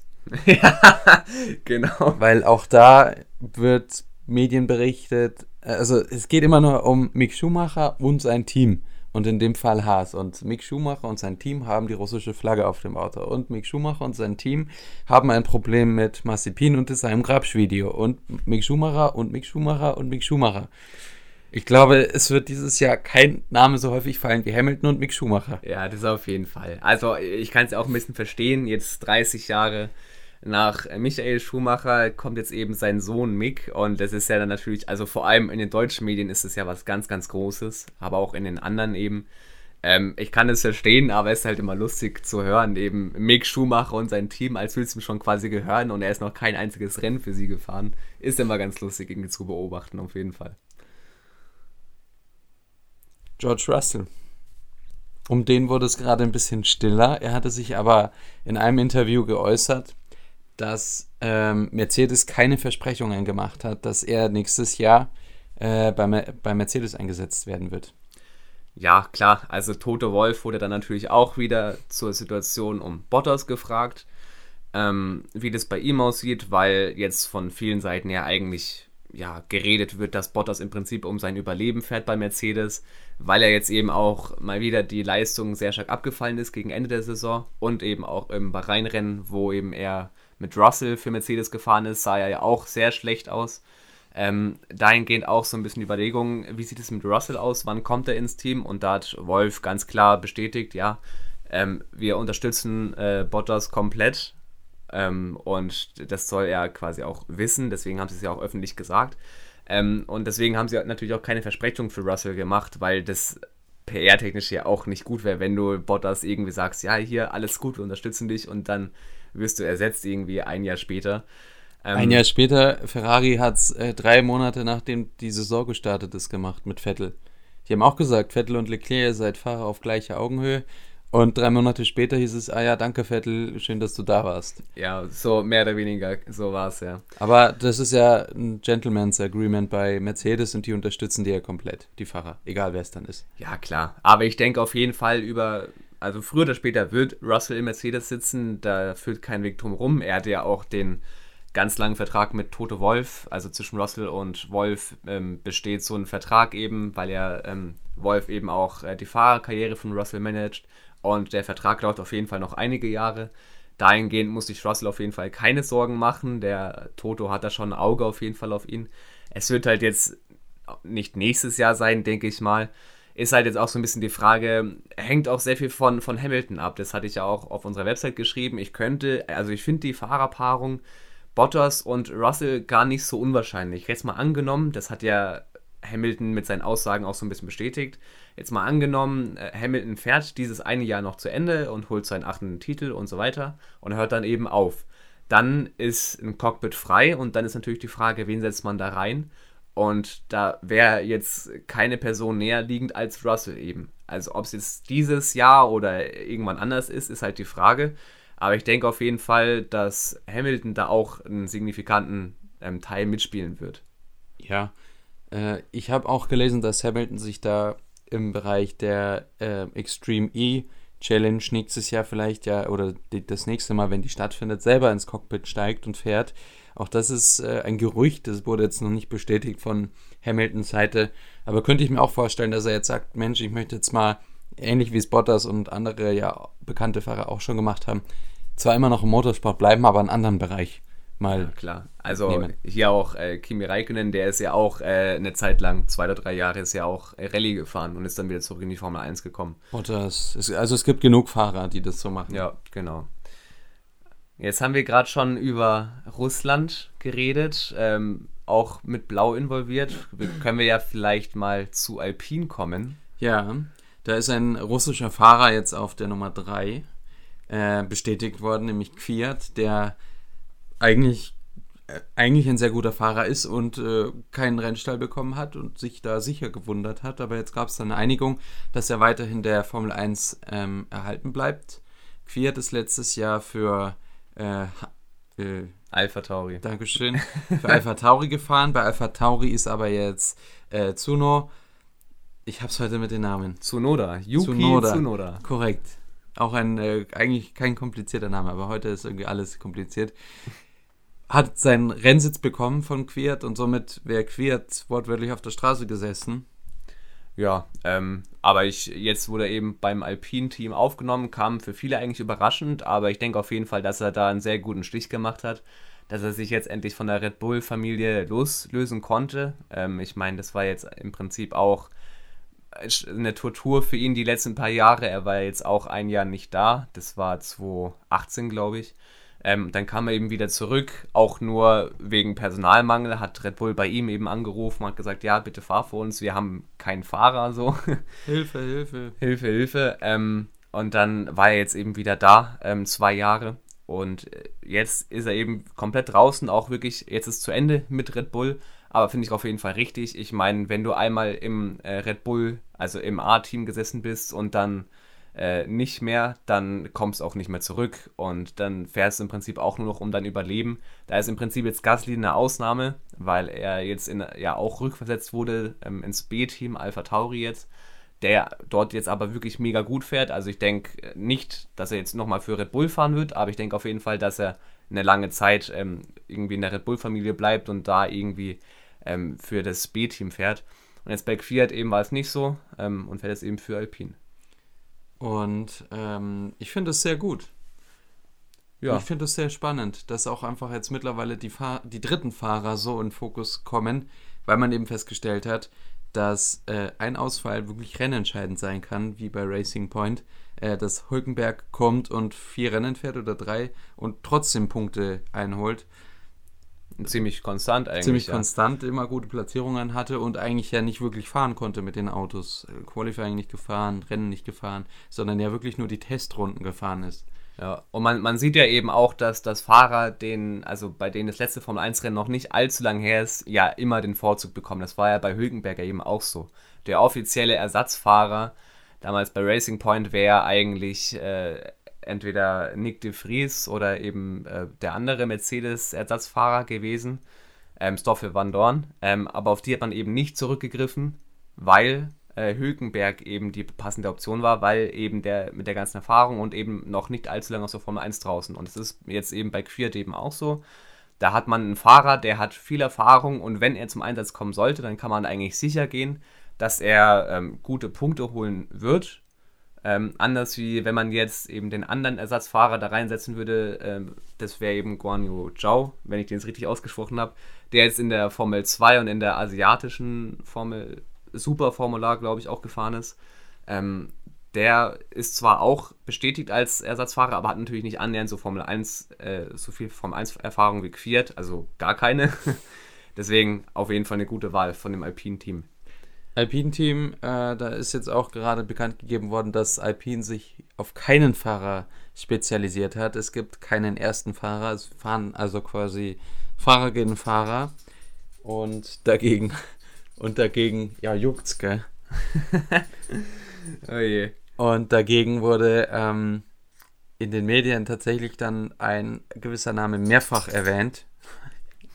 Ja, genau. Weil auch da wird Medien berichtet, also es geht immer nur um Mick Schumacher und sein Team. Und in dem Fall Haas. Und Mick Schumacher und sein Team haben die russische Flagge auf dem Auto. Und Mick Schumacher und sein Team haben ein Problem mit Mazepin und seinem Grabsch-Video. Und Mick Schumacher und Mick Schumacher und Mick Schumacher. Ich glaube, es wird dieses Jahr kein Name so häufig fallen wie Hamilton und Mick Schumacher. Ja, das auf jeden Fall. Also ich kann es auch ein bisschen verstehen. Jetzt 30 Jahre nach Michael Schumacher kommt jetzt eben sein Sohn Mick und das ist ja dann natürlich, also vor allem in den deutschen Medien ist es ja was ganz, ganz Großes, aber auch in den anderen eben. Ich kann es verstehen, aber es ist halt immer lustig zu hören, eben Mick Schumacher und sein Team, als würde es ihm schon quasi gehören und er ist noch kein einziges Rennen für sie gefahren. Ist immer ganz lustig irgendwie zu beobachten, auf jeden Fall. George Russell. Um den wurde es gerade ein bisschen stiller. Er hatte sich aber in einem Interview geäußert, dass Mercedes keine Versprechungen gemacht hat, dass er nächstes Jahr bei Mercedes eingesetzt werden wird. Ja, klar, also Toto Wolff wurde dann natürlich auch wieder zur Situation um Bottas gefragt, wie das bei ihm aussieht, weil jetzt von vielen Seiten ja eigentlich geredet wird, dass Bottas im Prinzip um sein Überleben fährt bei Mercedes, weil er jetzt eben auch mal wieder die Leistung sehr stark abgefallen ist gegen Ende der Saison und eben auch im Bahrain-Rennen, wo eben er mit Russell für Mercedes gefahren ist, sah er ja auch sehr schlecht aus. Dahingehend auch so ein bisschen Überlegungen, wie sieht es mit Russell aus, wann kommt er ins Team? Und da hat Wolff ganz klar bestätigt, ja, wir unterstützen Bottas komplett und das soll er quasi auch wissen, deswegen haben sie es ja auch öffentlich gesagt. Und deswegen haben sie natürlich auch keine Versprechung für Russell gemacht, weil das PR-technisch ja auch nicht gut wäre, wenn du Bottas irgendwie sagst, ja, hier, alles gut, wir unterstützen dich und dann wirst du ersetzt irgendwie ein Jahr später. Ein Jahr später, Ferrari hat es 3 Monate nachdem die Saison gestartet ist gemacht mit Vettel. Die haben auch gesagt, Vettel und Leclerc, ihr seid Fahrer auf gleicher Augenhöhe. Und 3 Monate später hieß es, danke Vettel, schön, dass du da warst. Ja, so mehr oder weniger, so war es, ja. Aber das ist ja ein Gentleman's Agreement bei Mercedes und die unterstützen die ja komplett, die Fahrer, egal wer es dann ist. Ja, klar. Aber ich denke auf jeden Fall also früher oder später wird Russell im Mercedes sitzen, da führt kein Weg drum rum. Er hatte ja auch den ganz langen Vertrag mit Toto Wolff, also zwischen Russell und Wolff besteht so ein Vertrag eben, weil Wolff eben auch die Fahrerkarriere von Russell managt und der Vertrag dauert auf jeden Fall noch einige Jahre. Dahingehend muss sich Russell auf jeden Fall keine Sorgen machen, der Toto hat da schon ein Auge auf jeden Fall auf ihn. Es wird halt jetzt nicht nächstes Jahr sein, denke ich mal. Ist halt jetzt auch so ein bisschen die Frage, hängt auch sehr viel von Hamilton ab. Das hatte ich ja auch auf unserer Website geschrieben. Ich finde die Fahrerpaarung Bottas und Russell gar nicht so unwahrscheinlich. Jetzt mal angenommen, das hat ja Hamilton mit seinen Aussagen auch so ein bisschen bestätigt. Jetzt mal angenommen, Hamilton fährt dieses eine Jahr noch zu Ende und holt seinen 8. Titel und so weiter und hört dann eben auf. Dann ist ein Cockpit frei und dann ist natürlich die Frage, wen setzt man da rein? Und da wäre jetzt keine Person näher liegend als Russell eben. Also ob es jetzt dieses Jahr oder irgendwann anders ist halt die Frage. Aber ich denke auf jeden Fall, dass Hamilton da auch einen signifikanten Teil mitspielen wird. Ja, ich habe auch gelesen, dass Hamilton sich da im Bereich der Extreme E Challenge nächstes Jahr vielleicht ja, oder das nächste Mal, wenn die stattfindet, selber ins Cockpit steigt und fährt. Auch das ist ein Gerücht, das wurde jetzt noch nicht bestätigt von Hamiltons Seite, aber könnte ich mir auch vorstellen, dass er jetzt sagt, Mensch, ich möchte jetzt mal, ähnlich wie es Bottas und andere ja bekannte Fahrer auch schon gemacht haben, zwar immer noch im Motorsport bleiben, aber in einem anderen Bereich mal. Ja, klar. Also nehmen. hier auch Kimi Räikkönen, der ist ja auch eine Zeit lang, 2 oder 3 Jahre, ist ja auch Rallye gefahren und ist dann wieder zurück in die Formel 1 gekommen. Also es gibt genug Fahrer, die das so machen. Ja, genau. Jetzt haben wir gerade schon über Russland geredet, auch mit Blau involviert. Können wir ja vielleicht mal zu Alpine kommen. Ja, da ist ein russischer Fahrer jetzt auf der Nummer 3 bestätigt worden, nämlich Kvyat, der eigentlich ein sehr guter Fahrer ist und keinen Rennstall bekommen hat und sich da sicher gewundert hat. Aber jetzt gab es dann eine Einigung, dass er weiterhin der Formel 1 erhalten bleibt. Kvyat ist letztes Jahr für AlphaTauri. Dankeschön. Für AlphaTauri gefahren. Bei AlphaTauri ist aber jetzt Tsuno. Ich hab's heute mit den Namen. Tsunoda. Yuki Tsunoda. Korrekt. Auch ein eigentlich kein komplizierter Name, aber heute ist irgendwie alles kompliziert. Hat seinen Rennsitz bekommen von Kvyat und somit wäre Kvyat wortwörtlich auf der Straße gesessen. Ja, aber jetzt wurde er eben beim Alpine-Team aufgenommen, kam für viele eigentlich überraschend, aber ich denke auf jeden Fall, dass er da einen sehr guten Stich gemacht hat, dass er sich jetzt endlich von der Red Bull-Familie loslösen konnte. Ich meine, das war jetzt im Prinzip auch eine Tortur für ihn die letzten paar Jahre. Er war jetzt auch ein Jahr nicht da, das war 2018, glaube ich. Dann kam er eben wieder zurück, auch nur wegen Personalmangel, hat Red Bull bei ihm eben angerufen, hat gesagt, ja, bitte fahr für uns, wir haben keinen Fahrer, so. Hilfe. Und dann war er jetzt eben wieder da, 2 Jahre. Und jetzt ist er eben komplett draußen, auch wirklich, jetzt ist zu Ende mit Red Bull, aber finde ich auf jeden Fall richtig. Ich meine, wenn du einmal im Red Bull, also im A-Team gesessen bist und dann nicht mehr, dann kommst du auch nicht mehr zurück und dann fährst du im Prinzip auch nur noch um dein Überleben. Da ist im Prinzip jetzt Gasly eine Ausnahme, weil er jetzt auch rückversetzt wurde ins B-Team, AlphaTauri jetzt, der dort jetzt aber wirklich mega gut fährt. Also ich denke nicht, dass er jetzt nochmal für Red Bull fahren wird, aber ich denke auf jeden Fall, dass er eine lange Zeit irgendwie in der Red Bull-Familie bleibt und da irgendwie für das B-Team fährt. Und jetzt bei Kvyat eben war es nicht so und fährt jetzt eben für Alpine. Und ich finde es sehr gut. Ja. Ich finde es sehr spannend, dass auch einfach jetzt mittlerweile die dritten Fahrer so in Fokus kommen, weil man eben festgestellt hat, dass ein Ausfall wirklich rennentscheidend sein kann, wie bei Racing Point, dass Hülkenberg kommt und 4 Rennen fährt oder 3 und trotzdem Punkte einholt. Ziemlich konstant eigentlich. Ziemlich konstant, immer gute Platzierungen hatte und eigentlich ja nicht wirklich fahren konnte mit den Autos. Qualifying nicht gefahren, Rennen nicht gefahren, sondern ja wirklich nur die Testrunden gefahren ist. Ja, und man sieht ja eben auch, dass das Fahrer, bei denen das letzte Formel-1-Rennen noch nicht allzu lang her ist, ja immer den Vorzug bekommen. Das war ja bei Hülkenberg eben auch so. Der offizielle Ersatzfahrer, damals bei Racing Point, wäre eigentlich entweder Nick de Vries oder eben der andere Mercedes-Ersatzfahrer gewesen, Stoffel van Dorn. Aber auf die hat man eben nicht zurückgegriffen, weil Hülkenberg eben die passende Option war, weil eben der mit der ganzen Erfahrung und eben noch nicht allzu lange aus der Formel 1 draußen. Und es ist jetzt eben bei Kvyat eben auch so. Da hat man einen Fahrer, der hat viel Erfahrung und wenn er zum Einsatz kommen sollte, dann kann man eigentlich sicher gehen, dass er gute Punkte holen wird. Anders wie wenn man jetzt eben den anderen Ersatzfahrer da reinsetzen würde, das wäre eben Guan Yu Zhou, wenn ich den jetzt richtig ausgesprochen habe, der jetzt in der Formel 2 und in der asiatischen Superformular, glaube ich, auch gefahren ist. Der ist zwar auch bestätigt als Ersatzfahrer, aber hat natürlich nicht annähernd so Formel 1, so viel Formel 1 Erfahrung wie Kvyat, also gar keine. Deswegen auf jeden Fall eine gute Wahl von dem Alpine-Team. Alpine-Team, da ist jetzt auch gerade bekannt gegeben worden, dass Alpine sich auf keinen Fahrer spezialisiert hat. Es gibt keinen ersten Fahrer, es fahren also quasi Fahrer gegen Fahrer und dagegen, ja, juckt's, gell? Oh je. Und dagegen wurde in den Medien tatsächlich dann ein gewisser Name mehrfach erwähnt,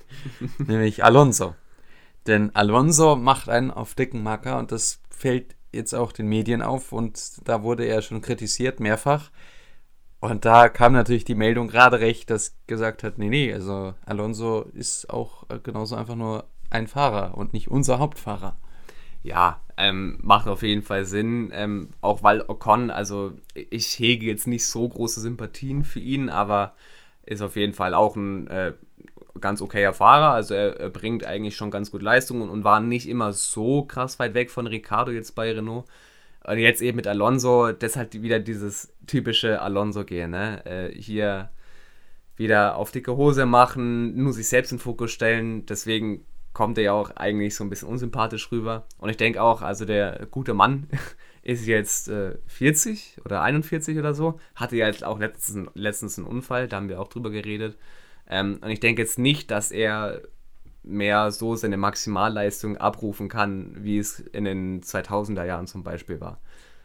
nämlich Alonso. Denn Alonso macht einen auf dicken Macker und das fällt jetzt auch den Medien auf und da wurde er schon kritisiert, mehrfach. Und da kam natürlich die Meldung gerade recht, dass gesagt hat, nee, also Alonso ist auch genauso einfach nur ein Fahrer und nicht unser Hauptfahrer. Ja, macht auf jeden Fall Sinn, auch weil Ocon, also ich hege jetzt nicht so große Sympathien für ihn, aber ist auf jeden Fall auch ein ganz okayer Fahrer, also er bringt eigentlich schon ganz gut Leistungen und war nicht immer so krass weit weg von Ricciardo jetzt bei Renault. Und jetzt eben mit Alonso, deshalb wieder dieses typische Alonso-Gehen, ne? Hier wieder auf dicke Hose machen, nur sich selbst in den Fokus stellen, deswegen kommt er ja auch eigentlich so ein bisschen unsympathisch rüber. Und ich denke auch, also der gute Mann ist jetzt 40 oder 41 oder so, hatte ja jetzt auch letztens einen Unfall, da haben wir auch drüber geredet. Und ich denke jetzt nicht, dass er mehr so seine Maximalleistung abrufen kann, wie es in den 2000er Jahren zum Beispiel war.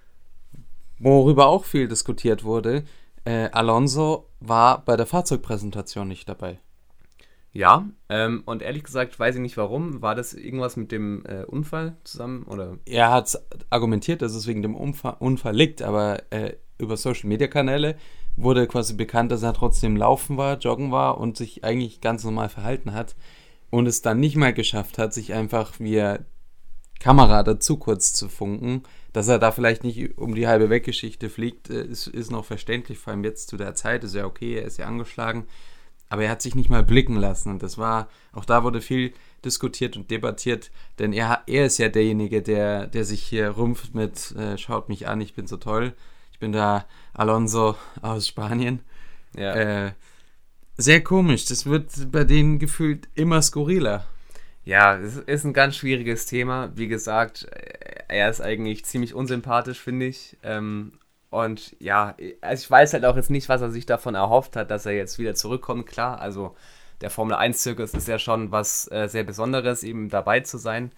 Worüber auch viel diskutiert wurde, Alonso war bei der Fahrzeugpräsentation nicht dabei. Ja, und ehrlich gesagt weiß ich nicht warum. War das irgendwas mit dem Unfall zusammen? Oder? Er hat argumentiert, dass es wegen dem Unfall liegt, aber über Social-Media-Kanäle wurde quasi bekannt, dass er trotzdem laufen war, joggen war und sich eigentlich ganz normal verhalten hat und es dann nicht mal geschafft hat, sich einfach via Kamera dazu kurz zu funken. Dass er da vielleicht nicht um die halbe Weggeschichte fliegt, ist noch verständlich, vor allem jetzt zu der Zeit, ist ja okay, er ist ja angeschlagen, aber er hat sich nicht mal blicken lassen und das war, auch da wurde viel diskutiert und debattiert, denn er ist ja derjenige, der sich hier rümpft mit schaut mich an, ich bin so toll, ich bin da Alonso aus Spanien. Ja. Sehr komisch, das wird bei denen gefühlt immer skurriler. Ja, es ist ein ganz schwieriges Thema. Wie gesagt, er ist eigentlich ziemlich unsympathisch, finde ich. Und ja, also ich weiß halt auch jetzt nicht, was er sich davon erhofft hat, dass er jetzt wieder zurückkommt. Klar, also der Formel-1-Zirkus ist ja schon was sehr Besonderes, eben dabei zu sein.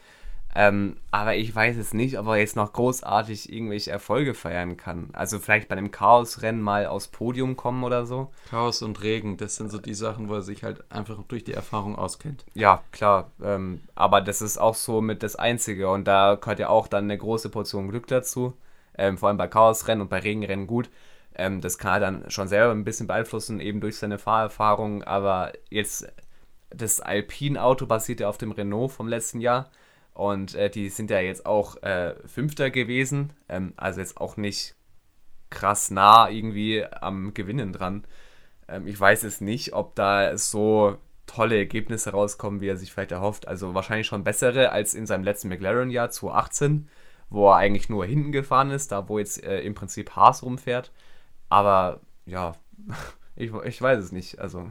Aber ich weiß jetzt nicht, ob er jetzt noch großartig irgendwelche Erfolge feiern kann. Also vielleicht bei einem Chaos-Rennen mal aufs Podium kommen oder so. Chaos und Regen, das sind so die Sachen, wo er sich halt einfach durch die Erfahrung auskennt. Ja, klar. Aber das ist auch so mit das Einzige. Und da gehört ja auch dann eine große Portion Glück dazu. Vor allem bei Chaos-Rennen und bei Regenrennen gut. Das kann er dann schon selber ein bisschen beeinflussen, eben durch seine Fahrerfahrung. Aber jetzt, das Alpine-Auto basiert ja auf dem Renault vom letzten Jahr. Und die sind ja jetzt auch Fünfter gewesen. Also jetzt auch nicht krass nah irgendwie am Gewinnen dran. Ich weiß es nicht, ob da so tolle Ergebnisse rauskommen, wie er sich vielleicht erhofft. Also wahrscheinlich schon bessere als in seinem letzten McLaren-Jahr 2018, wo er eigentlich nur hinten gefahren ist, da wo jetzt im Prinzip Haas rumfährt. Aber ja, ich weiß es nicht. Also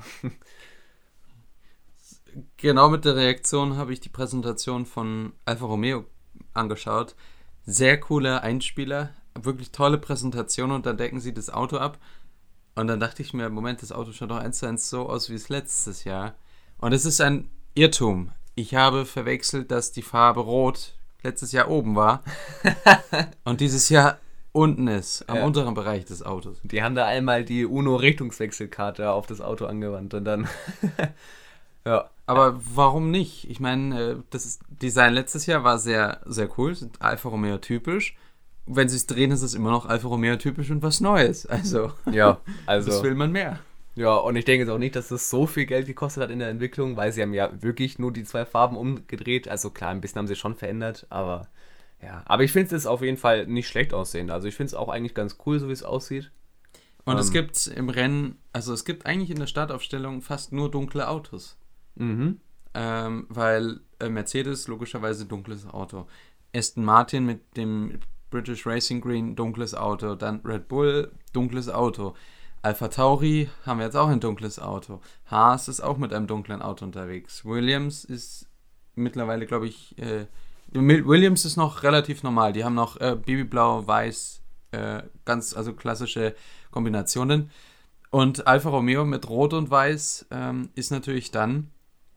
genau mit der Reaktion habe ich die Präsentation von Alfa Romeo angeschaut. Sehr cooler Einspieler, wirklich tolle Präsentation und dann decken sie das Auto ab. Und dann dachte ich mir, Moment, das Auto schaut doch 1:1 so aus wie es letztes Jahr. Und es ist ein Irrtum. Ich habe verwechselt, dass die Farbe Rot letztes Jahr oben war und dieses Jahr unten ist, am unteren Bereich des Autos. Die haben da einmal die UNO-Richtungswechselkarte auf das Auto angewandt und dann ja. Aber warum nicht? Ich meine, das Design letztes Jahr war sehr, sehr cool, sind Alfa Romeo typisch. Wenn sie es drehen, ist es immer noch Alfa Romeo typisch und was Neues. Also, ja, also das will man mehr. Ja, und ich denke jetzt auch nicht, dass das so viel Geld gekostet hat in der Entwicklung, weil sie haben ja wirklich nur die 2 Farben umgedreht. Also klar, ein bisschen haben sie schon verändert, aber ja. Aber ich finde es auf jeden Fall nicht schlecht aussehen. Also ich finde es auch eigentlich ganz cool, so wie es aussieht. Und es gibt im Rennen, also es gibt eigentlich in der Startaufstellung fast nur dunkle Autos. Mhm. Weil Mercedes logischerweise dunkles Auto. Aston Martin mit dem British Racing Green dunkles Auto. Dann Red Bull dunkles Auto. Alpha Tauri haben wir jetzt auch ein dunkles Auto. Haas ist auch mit einem dunklen Auto unterwegs. Williams ist mittlerweile, glaube ich, Williams ist noch relativ normal. Die haben noch Babyblau, Weiß, also klassische Kombinationen. Und Alfa Romeo mit Rot und Weiß ist natürlich dann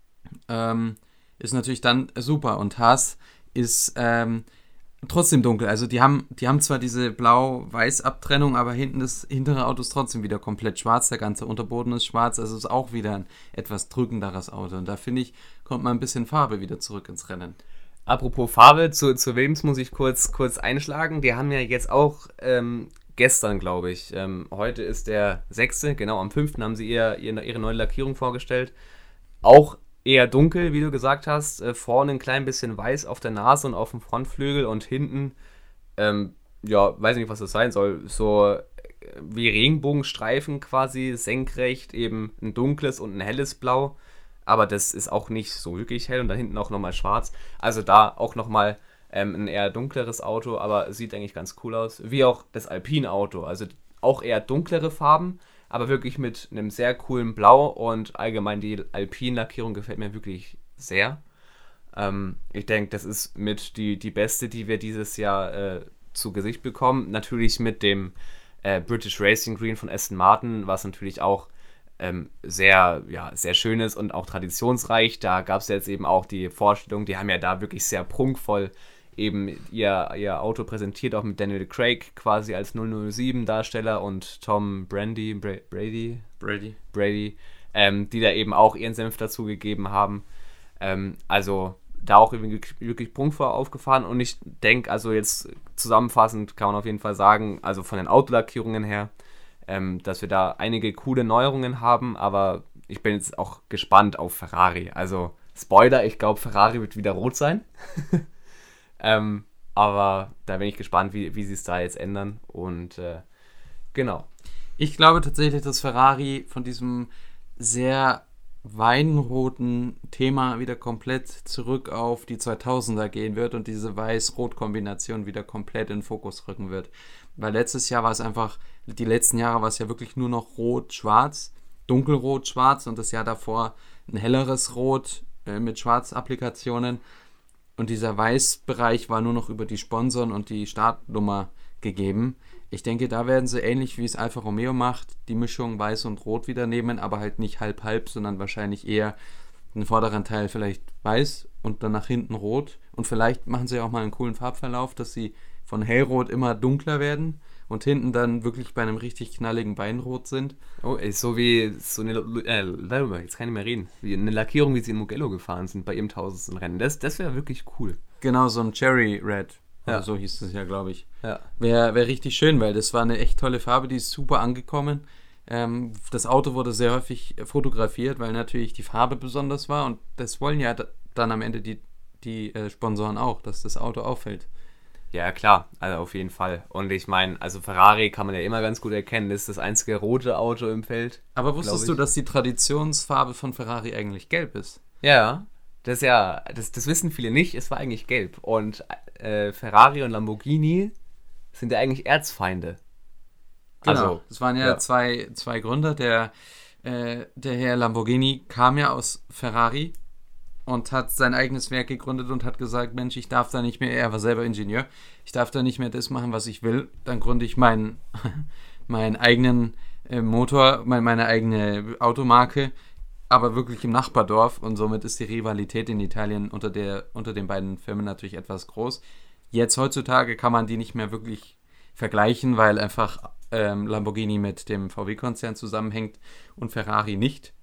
super. Und Haas ist trotzdem dunkel. Also die haben zwar diese Blau-Weiß-Abtrennung, aber hinten das hintere Auto ist trotzdem wieder komplett schwarz. Der ganze Unterboden ist schwarz. Also ist auch wieder ein etwas drückenderes Auto. Und da finde ich, kommt mal ein bisschen Farbe wieder zurück ins Rennen. Apropos Farbe, zu Williams muss ich kurz einschlagen. Die haben ja jetzt auch gestern, glaube ich, heute ist der 6., genau, am 5. haben sie ihre neue Lackierung vorgestellt. Auch eher dunkel, wie du gesagt hast. Vorne ein klein bisschen weiß auf der Nase und auf dem Frontflügel und hinten, ja, weiß nicht, was das sein soll, so wie Regenbogenstreifen quasi, senkrecht, eben ein dunkles und ein helles Blau. Aber das ist auch nicht so wirklich hell und da hinten auch nochmal schwarz. Also da auch nochmal ein eher dunkleres Auto, aber sieht eigentlich ganz cool aus. Wie auch das Alpine-Auto, also auch eher dunklere Farben, aber wirklich mit einem sehr coolen Blau und allgemein die Alpine-Lackierung gefällt mir wirklich sehr. Ich denke, das ist mit die beste, die wir dieses Jahr zu Gesicht bekommen. Natürlich mit dem British Racing Green von Aston Martin, was natürlich auch sehr schön ist und auch traditionsreich. Da gab es jetzt eben auch die Vorstellung, die haben ja da wirklich sehr prunkvoll eben ihr Auto präsentiert, auch mit Daniel Craig quasi als 007-Darsteller und Tom Brady, die da eben auch ihren Senf dazugegeben haben. Also da auch wirklich prunkvoll aufgefahren und ich denke, also jetzt zusammenfassend kann man auf jeden Fall sagen, also von den Autolackierungen her, dass wir da einige coole Neuerungen haben, aber ich bin jetzt auch gespannt auf Ferrari. Also Spoiler, ich glaube Ferrari wird wieder rot sein. Aber da bin ich gespannt, wie sie es da jetzt ändern und genau. Ich glaube tatsächlich, dass Ferrari von diesem sehr weinroten Thema wieder komplett zurück auf die 2000er gehen wird und diese Weiß-Rot-Kombination wieder komplett in den Fokus rücken wird. Weil letztes Jahr war es einfach, die letzten Jahre war es ja wirklich nur noch Rot-Schwarz, Dunkelrot-Schwarz und das Jahr davor ein helleres Rot mit Schwarz-Applikationen und dieser Weißbereich war nur noch über die Sponsoren und die Startnummer gegeben. Ich denke, da werden sie ähnlich wie es Alfa Romeo macht, die Mischung Weiß und Rot wieder nehmen, aber halt nicht halb-halb, sondern wahrscheinlich eher den vorderen Teil vielleicht weiß und dann nach hinten rot. Und vielleicht machen sie auch mal einen coolen Farbverlauf, dass sie von hellrot immer dunkler werden und hinten dann wirklich bei einem richtig knalligen Weinrot sind. Oh, so wie so eine, jetzt kann ich nicht mehr reden, wie eine Lackierung, wie sie in Mugello gefahren sind bei ihrem 1000. Rennen. Das wäre wirklich cool. Genau, so ein Cherry Red. Ja. Oder so hieß es ja, glaube ich. Ja. Wäre richtig schön, weil das war eine echt tolle Farbe, die ist super angekommen. Das Auto wurde sehr häufig fotografiert, weil natürlich die Farbe besonders war und das wollen ja dann am Ende die Sponsoren auch, dass das Auto auffällt. Ja, klar, also auf jeden Fall. Und ich meine, also Ferrari kann man ja immer ganz gut erkennen, das ist das einzige rote Auto im Feld. Aber wusstest du, dass die Traditionsfarbe von Ferrari eigentlich gelb ist? Ja, das wissen viele nicht, es war eigentlich gelb. Und Ferrari und Lamborghini sind ja eigentlich Erzfeinde. Genau, also, das waren ja zwei Gründer. Der Herr Lamborghini kam ja aus Ferrari und hat sein eigenes Werk gegründet und hat gesagt, Mensch, ich darf da nicht mehr, er war selber Ingenieur, ich darf da nicht mehr das machen, was ich will. Dann gründe ich meinen eigenen Motor, meine eigene Automarke, aber wirklich im Nachbardorf und somit ist die Rivalität in Italien unter den beiden Firmen natürlich etwas groß. Jetzt heutzutage kann man die nicht mehr wirklich vergleichen, weil einfach Lamborghini mit dem VW-Konzern zusammenhängt und Ferrari nicht.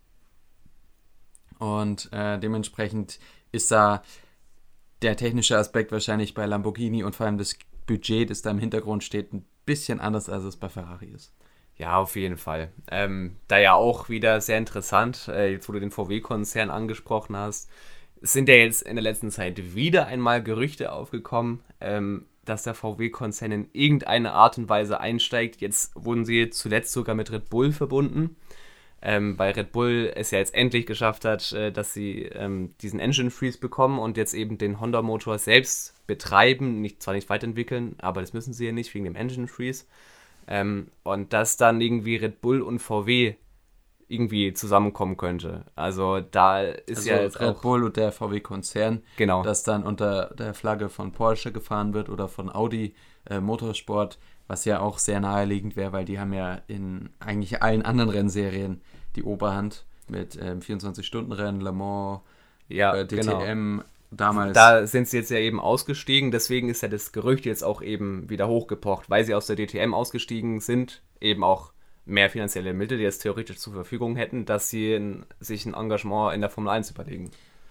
Und dementsprechend ist da der technische Aspekt wahrscheinlich bei Lamborghini und vor allem das Budget, das da im Hintergrund steht, ein bisschen anders, als es bei Ferrari ist. Ja, auf jeden Fall. Da ja auch wieder sehr interessant, jetzt wo du den VW-Konzern angesprochen hast, sind ja jetzt in der letzten Zeit wieder einmal Gerüchte aufgekommen, dass der VW-Konzern in irgendeine Art und Weise einsteigt. Jetzt wurden sie zuletzt sogar mit Red Bull verbunden, weil Red Bull es ja jetzt endlich geschafft hat, dass sie diesen Engine Freeze bekommen und jetzt eben den Honda-Motor selbst betreiben, zwar nicht weiterentwickeln, aber das müssen sie ja nicht wegen dem Engine Freeze. Und dass dann irgendwie Red Bull und VW irgendwie zusammenkommen könnte. Also da ist ja jetzt Red auch Bull und der VW-Konzern, genau, das dann unter der Flagge von Porsche gefahren wird oder von Audi Motorsport, was ja auch sehr naheliegend wäre, weil die haben ja in eigentlich allen anderen Rennserien die Oberhand mit 24-Stunden-Rennen, Le Mans, DTM, genau. Damals. Da sind sie jetzt ja eben ausgestiegen, deswegen ist ja das Gerücht jetzt auch eben wieder hochgepocht, weil sie aus der DTM ausgestiegen sind, eben auch mehr finanzielle Mittel, die jetzt theoretisch zur Verfügung hätten, dass sie sich ein Engagement in der Formel 1 überlegen.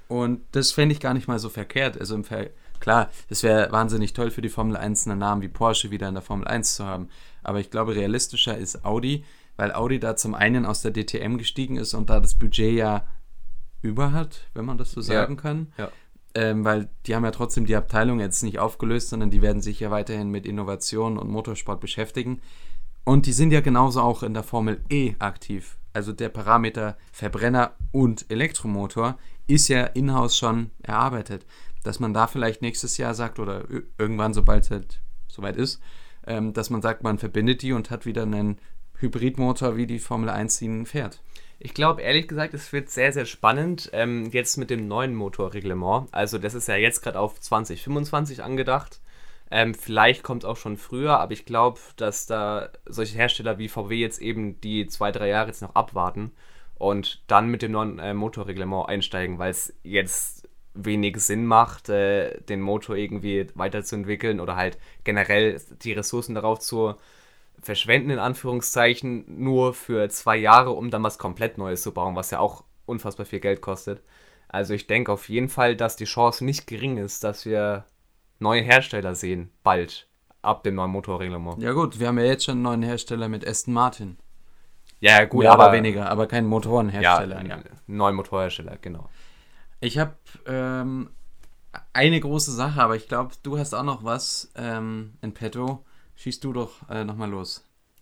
Und das fände ich gar nicht mal so verkehrt. Also klar, es wäre wahnsinnig toll für die Formel 1, einen Namen wie Porsche wieder in der Formel 1 zu haben. Aber ich glaube, realistischer ist Audi, weil Audi da zum einen aus der DTM gestiegen ist und da das Budget ja über hat, wenn man das so sagen kann. Ja. Weil die haben ja trotzdem die Abteilung jetzt nicht aufgelöst, sondern die werden sich ja weiterhin mit Innovation und Motorsport beschäftigen. Und die sind ja genauso auch in der Formel E aktiv. Also der Parameter Verbrenner und Elektromotor ist ja in-house schon erarbeitet. Dass man da vielleicht nächstes Jahr sagt oder irgendwann, sobald es halt soweit ist, dass man sagt, man verbindet die und hat wieder einen Hybridmotor, wie die Formel 1 ihn fährt. Ich glaube, ehrlich gesagt, es wird sehr, sehr spannend, jetzt mit dem neuen Motorreglement. Also das ist ja jetzt gerade auf 2025 angedacht. Vielleicht kommt es auch schon früher, aber ich glaube, dass da solche Hersteller wie VW jetzt eben die 2-3 Jahre jetzt noch abwarten und dann mit dem neuen Motorreglement einsteigen, weil es jetzt wenig Sinn macht, den Motor irgendwie weiterzuentwickeln oder halt generell die Ressourcen darauf zu verschwenden, in Anführungszeichen, nur für 2 Jahre, um dann was komplett Neues zu bauen, was ja auch unfassbar viel Geld kostet. Also ich denke auf jeden Fall, dass die Chance nicht gering ist, dass wir neue Hersteller sehen, bald, ab dem neuen Motorreglement. Ja gut, wir haben ja jetzt schon einen neuen Hersteller mit Aston Martin. Ja gut, ja, aber weniger, aber kein Motorenhersteller. Ja, neuen Motorhersteller, genau. Ich habe eine große Sache, aber ich glaube, du hast auch noch was in petto. Schießt du doch nochmal los.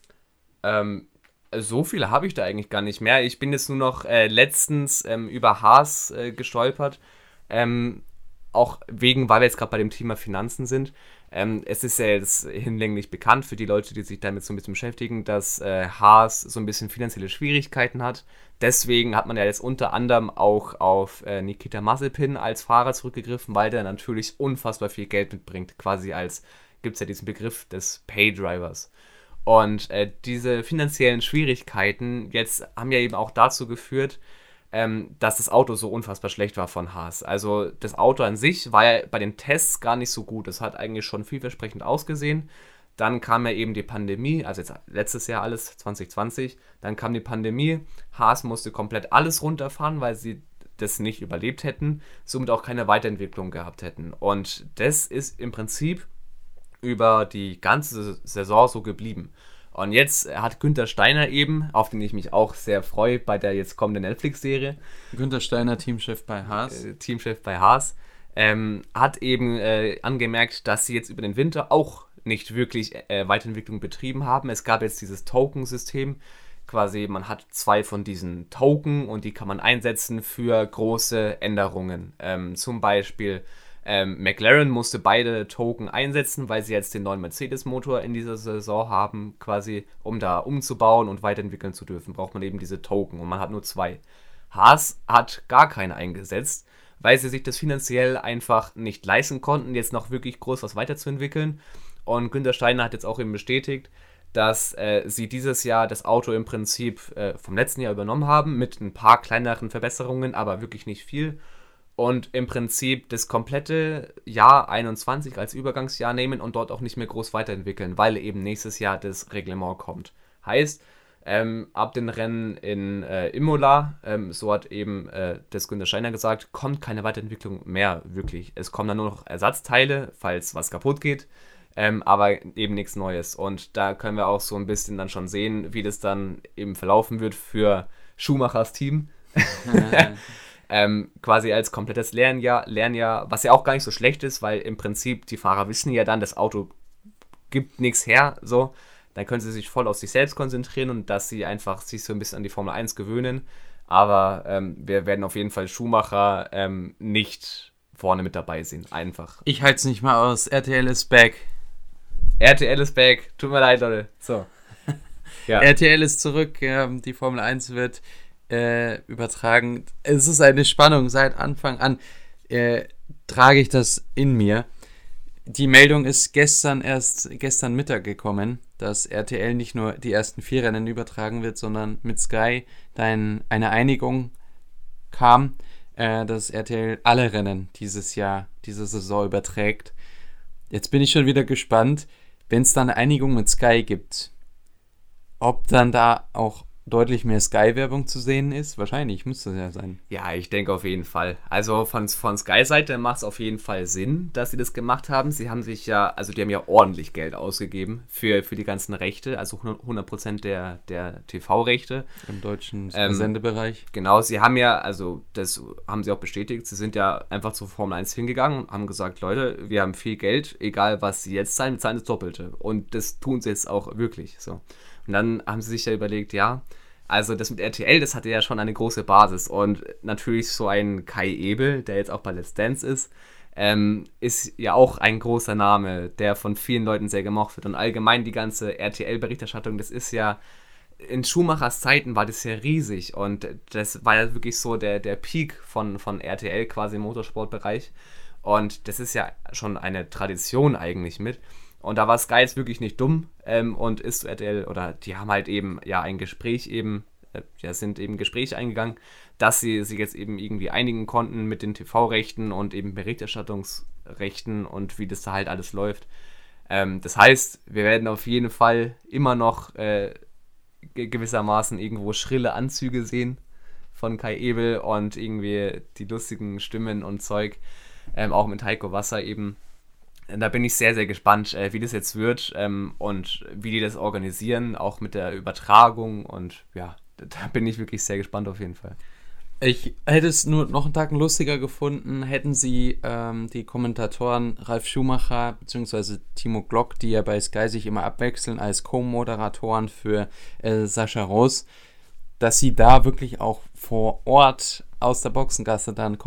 So viele habe ich da eigentlich gar nicht mehr. Ich bin jetzt nur noch letztens über Haas gestolpert. Auch weil wir jetzt gerade bei dem Thema Finanzen sind. Es ist ja jetzt hinlänglich bekannt für die Leute, die sich damit so ein bisschen beschäftigen, dass Haas so ein bisschen finanzielle Schwierigkeiten hat. Deswegen hat man ja jetzt unter anderem auch auf Nikita Mazepin als Fahrer zurückgegriffen, weil der natürlich unfassbar viel Geld mitbringt. Quasi gibt es ja diesen Begriff des Paydrivers. Und diese finanziellen Schwierigkeiten jetzt haben ja eben auch dazu geführt, dass das Auto so unfassbar schlecht war von Haas. Also das Auto an sich war ja bei den Tests gar nicht so gut. Es hat eigentlich schon vielversprechend ausgesehen. Dann kam ja eben die Pandemie, also jetzt letztes Jahr alles, 2020. Dann kam die Pandemie. Haas musste komplett alles runterfahren, weil sie das nicht überlebt hätten, somit auch keine Weiterentwicklung gehabt hätten. Und das ist im Prinzip über die ganze Saison so geblieben. Und jetzt hat Günther Steiner eben, auf den ich mich auch sehr freue, bei der jetzt kommenden Netflix-Serie. Günther Steiner, Teamchef bei Haas. Hat eben angemerkt, dass sie jetzt über den Winter auch nicht wirklich Weiterentwicklung betrieben haben. Es gab jetzt dieses Token-System. Quasi, man hat 2 von diesen Token und die kann man einsetzen für große Änderungen. Zum Beispiel McLaren musste beide Token einsetzen, weil sie jetzt den neuen Mercedes-Motor in dieser Saison haben, quasi, um da umzubauen und weiterentwickeln zu dürfen, braucht man eben diese Token und man hat nur 2. Haas hat gar keine eingesetzt, weil sie sich das finanziell einfach nicht leisten konnten, jetzt noch wirklich groß was weiterzuentwickeln. Und Günther Steiner hat jetzt auch eben bestätigt, dass sie dieses Jahr das Auto im Prinzip vom letzten Jahr übernommen haben, mit ein paar kleineren Verbesserungen, aber wirklich nicht viel. Und im Prinzip das komplette Jahr 21 als Übergangsjahr nehmen und dort auch nicht mehr groß weiterentwickeln, weil eben nächstes Jahr das Reglement kommt. Heißt, ab den Rennen in Imola, so hat eben das Günther Steiner gesagt, kommt keine Weiterentwicklung mehr wirklich. Es kommen dann nur noch Ersatzteile, falls was kaputt geht, aber eben nichts Neues. Und da können wir auch so ein bisschen dann schon sehen, wie das dann eben verlaufen wird für Schumachers Team. Quasi als komplettes Lernjahr, was ja auch gar nicht so schlecht ist, weil im Prinzip die Fahrer wissen ja dann, das Auto gibt nichts her, so, dann können sie sich voll auf sich selbst konzentrieren und dass sie einfach sich so ein bisschen an die Formel 1 gewöhnen, aber wir werden auf jeden Fall Schumacher nicht vorne mit dabei sehen, einfach. Ich halte es nicht mal aus, RTL ist back. RTL ist back, tut mir leid, Leute, so. Ja. RTL ist zurück, die Formel 1 wird übertragen. Es ist eine Spannung. Seit Anfang an trage ich das in mir. Die Meldung ist gestern Mittag gekommen, dass RTL nicht nur die ersten 4 Rennen übertragen wird, sondern mit Sky eine Einigung kam, dass RTL alle Rennen diese Saison überträgt. Jetzt bin ich schon wieder gespannt, wenn es dann eine Einigung mit Sky gibt, ob dann da auch deutlich mehr Sky-Werbung zu sehen ist? Wahrscheinlich, müsste es ja sein. Ja, ich denke auf jeden Fall. Also von Sky-Seite macht es auf jeden Fall Sinn, dass sie das gemacht haben. Sie haben sich ja, also die haben ja ordentlich Geld ausgegeben für die ganzen Rechte, also 100% der TV-Rechte. Im deutschen Sendebereich. Genau, sie haben ja, also das haben sie auch bestätigt, sie sind ja einfach zur Formel 1 hingegangen und haben gesagt, Leute, wir haben viel Geld, egal was sie jetzt zahlen, wir zahlen das Doppelte. Und das tun sie jetzt auch wirklich so. Und dann haben sie sich ja überlegt, ja, also das mit RTL, das hatte ja schon eine große Basis. Und natürlich so ein Kai Ebel, der jetzt auch bei Let's Dance ist ja auch ein großer Name, der von vielen Leuten sehr gemocht wird. Und allgemein die ganze RTL-Berichterstattung, das ist ja, in Schumachers Zeiten war das ja riesig. Und das war ja wirklich so der Peak von RTL quasi im Motorsportbereich. Und das ist ja schon eine Tradition eigentlich mit. Und da war Sky jetzt wirklich nicht dumm und ist zu RTL, oder die haben halt eben ja ein Gespräch sind eben Gespräche eingegangen, dass sie sich jetzt eben irgendwie einigen konnten mit den TV-Rechten und eben Berichterstattungsrechten und wie das da halt alles läuft. Das heißt, wir werden auf jeden Fall immer noch gewissermaßen irgendwo schrille Anzüge sehen von Kai Ebel und irgendwie die lustigen Stimmen und Zeug, auch mit Heiko Wasser eben. Da bin ich sehr, sehr gespannt, wie das jetzt wird und wie die das organisieren, auch mit der Übertragung. Und ja, da bin ich wirklich sehr gespannt auf jeden Fall. Ich hätte es nur noch einen Tacken lustiger gefunden, hätten sie die Kommentatoren Ralf Schumacher bzw. Timo Glock, die ja bei Sky sich immer abwechseln als Co-Moderatoren für Sascha Roos, dass sie da wirklich auch vor Ort aus der Boxengasse dann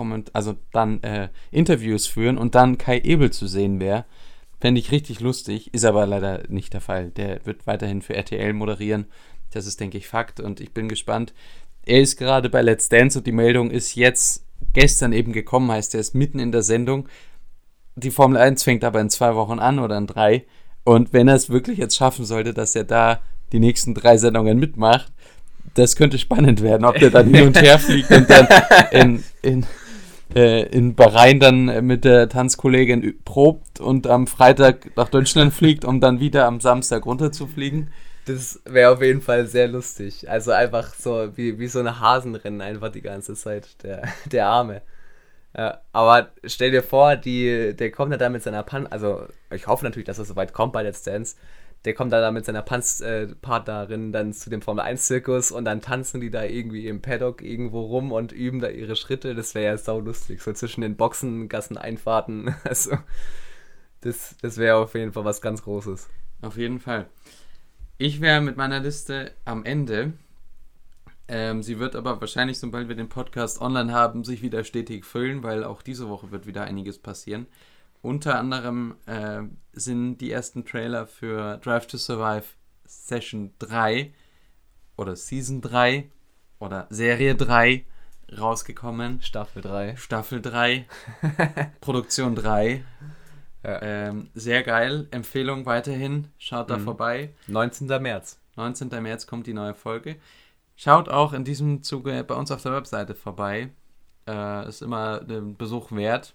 Interviews führen und dann Kai Ebel zu sehen wäre. Fände ich richtig lustig, ist aber leider nicht der Fall. Der wird weiterhin für RTL moderieren. Das ist, denke ich, Fakt und ich bin gespannt. Er ist gerade bei Let's Dance und die Meldung ist jetzt gestern eben gekommen, heißt er ist mitten in der Sendung. Die Formel 1 fängt aber in 2 Wochen an oder in 3 und wenn er es wirklich jetzt schaffen sollte, dass er da die nächsten 3 Sendungen mitmacht, das könnte spannend werden, ob der dann hin und her fliegt und dann in Bahrain dann mit der Tanzkollegin probt und am Freitag nach Deutschland fliegt, um dann wieder am Samstag runterzufliegen. Das wäre auf jeden Fall sehr lustig. Also einfach so wie so eine Hasenrennen einfach die ganze Zeit, der Arme. Aber stell dir vor, der kommt da mit seiner also ich hoffe natürlich, dass er so weit kommt bei Let's Dance. Der kommt da mit seiner Partnerin dann zu dem Formel-1-Zirkus und dann tanzen die da irgendwie im Paddock irgendwo rum und üben da ihre Schritte. Das wäre ja sau lustig, so zwischen den Boxen, Gasseneinfahrten. Also, das wäre auf jeden Fall was ganz Großes. Auf jeden Fall. Ich wäre mit meiner Liste am Ende. Sie wird aber wahrscheinlich, sobald wir den Podcast online haben, sich wieder stetig füllen, weil auch diese Woche wird wieder einiges passieren. Unter anderem sind die ersten Trailer für Drive to Survive Session 3 oder Season 3 oder Serie 3 rausgekommen. Staffel 3, Produktion 3. Ja. Sehr geil, Empfehlung weiterhin, schaut da vorbei. 19. März. 19. März kommt die neue Folge. Schaut auch in diesem Zuge bei uns auf der Webseite vorbei. Ist immer ein Besuch wert.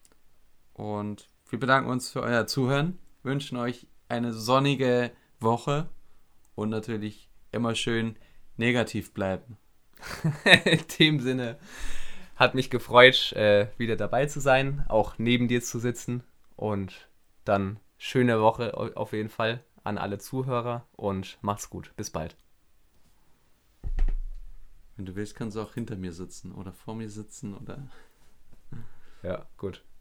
Und wir bedanken uns für euer Zuhören, wünschen euch eine sonnige Woche und natürlich immer schön negativ bleiben. In dem Sinne, hat mich gefreut, wieder dabei zu sein, auch neben dir zu sitzen und dann schöne Woche auf jeden Fall an alle Zuhörer und macht's gut. Bis bald. Wenn du willst, kannst du auch hinter mir sitzen oder vor mir sitzen oder... Ja, gut.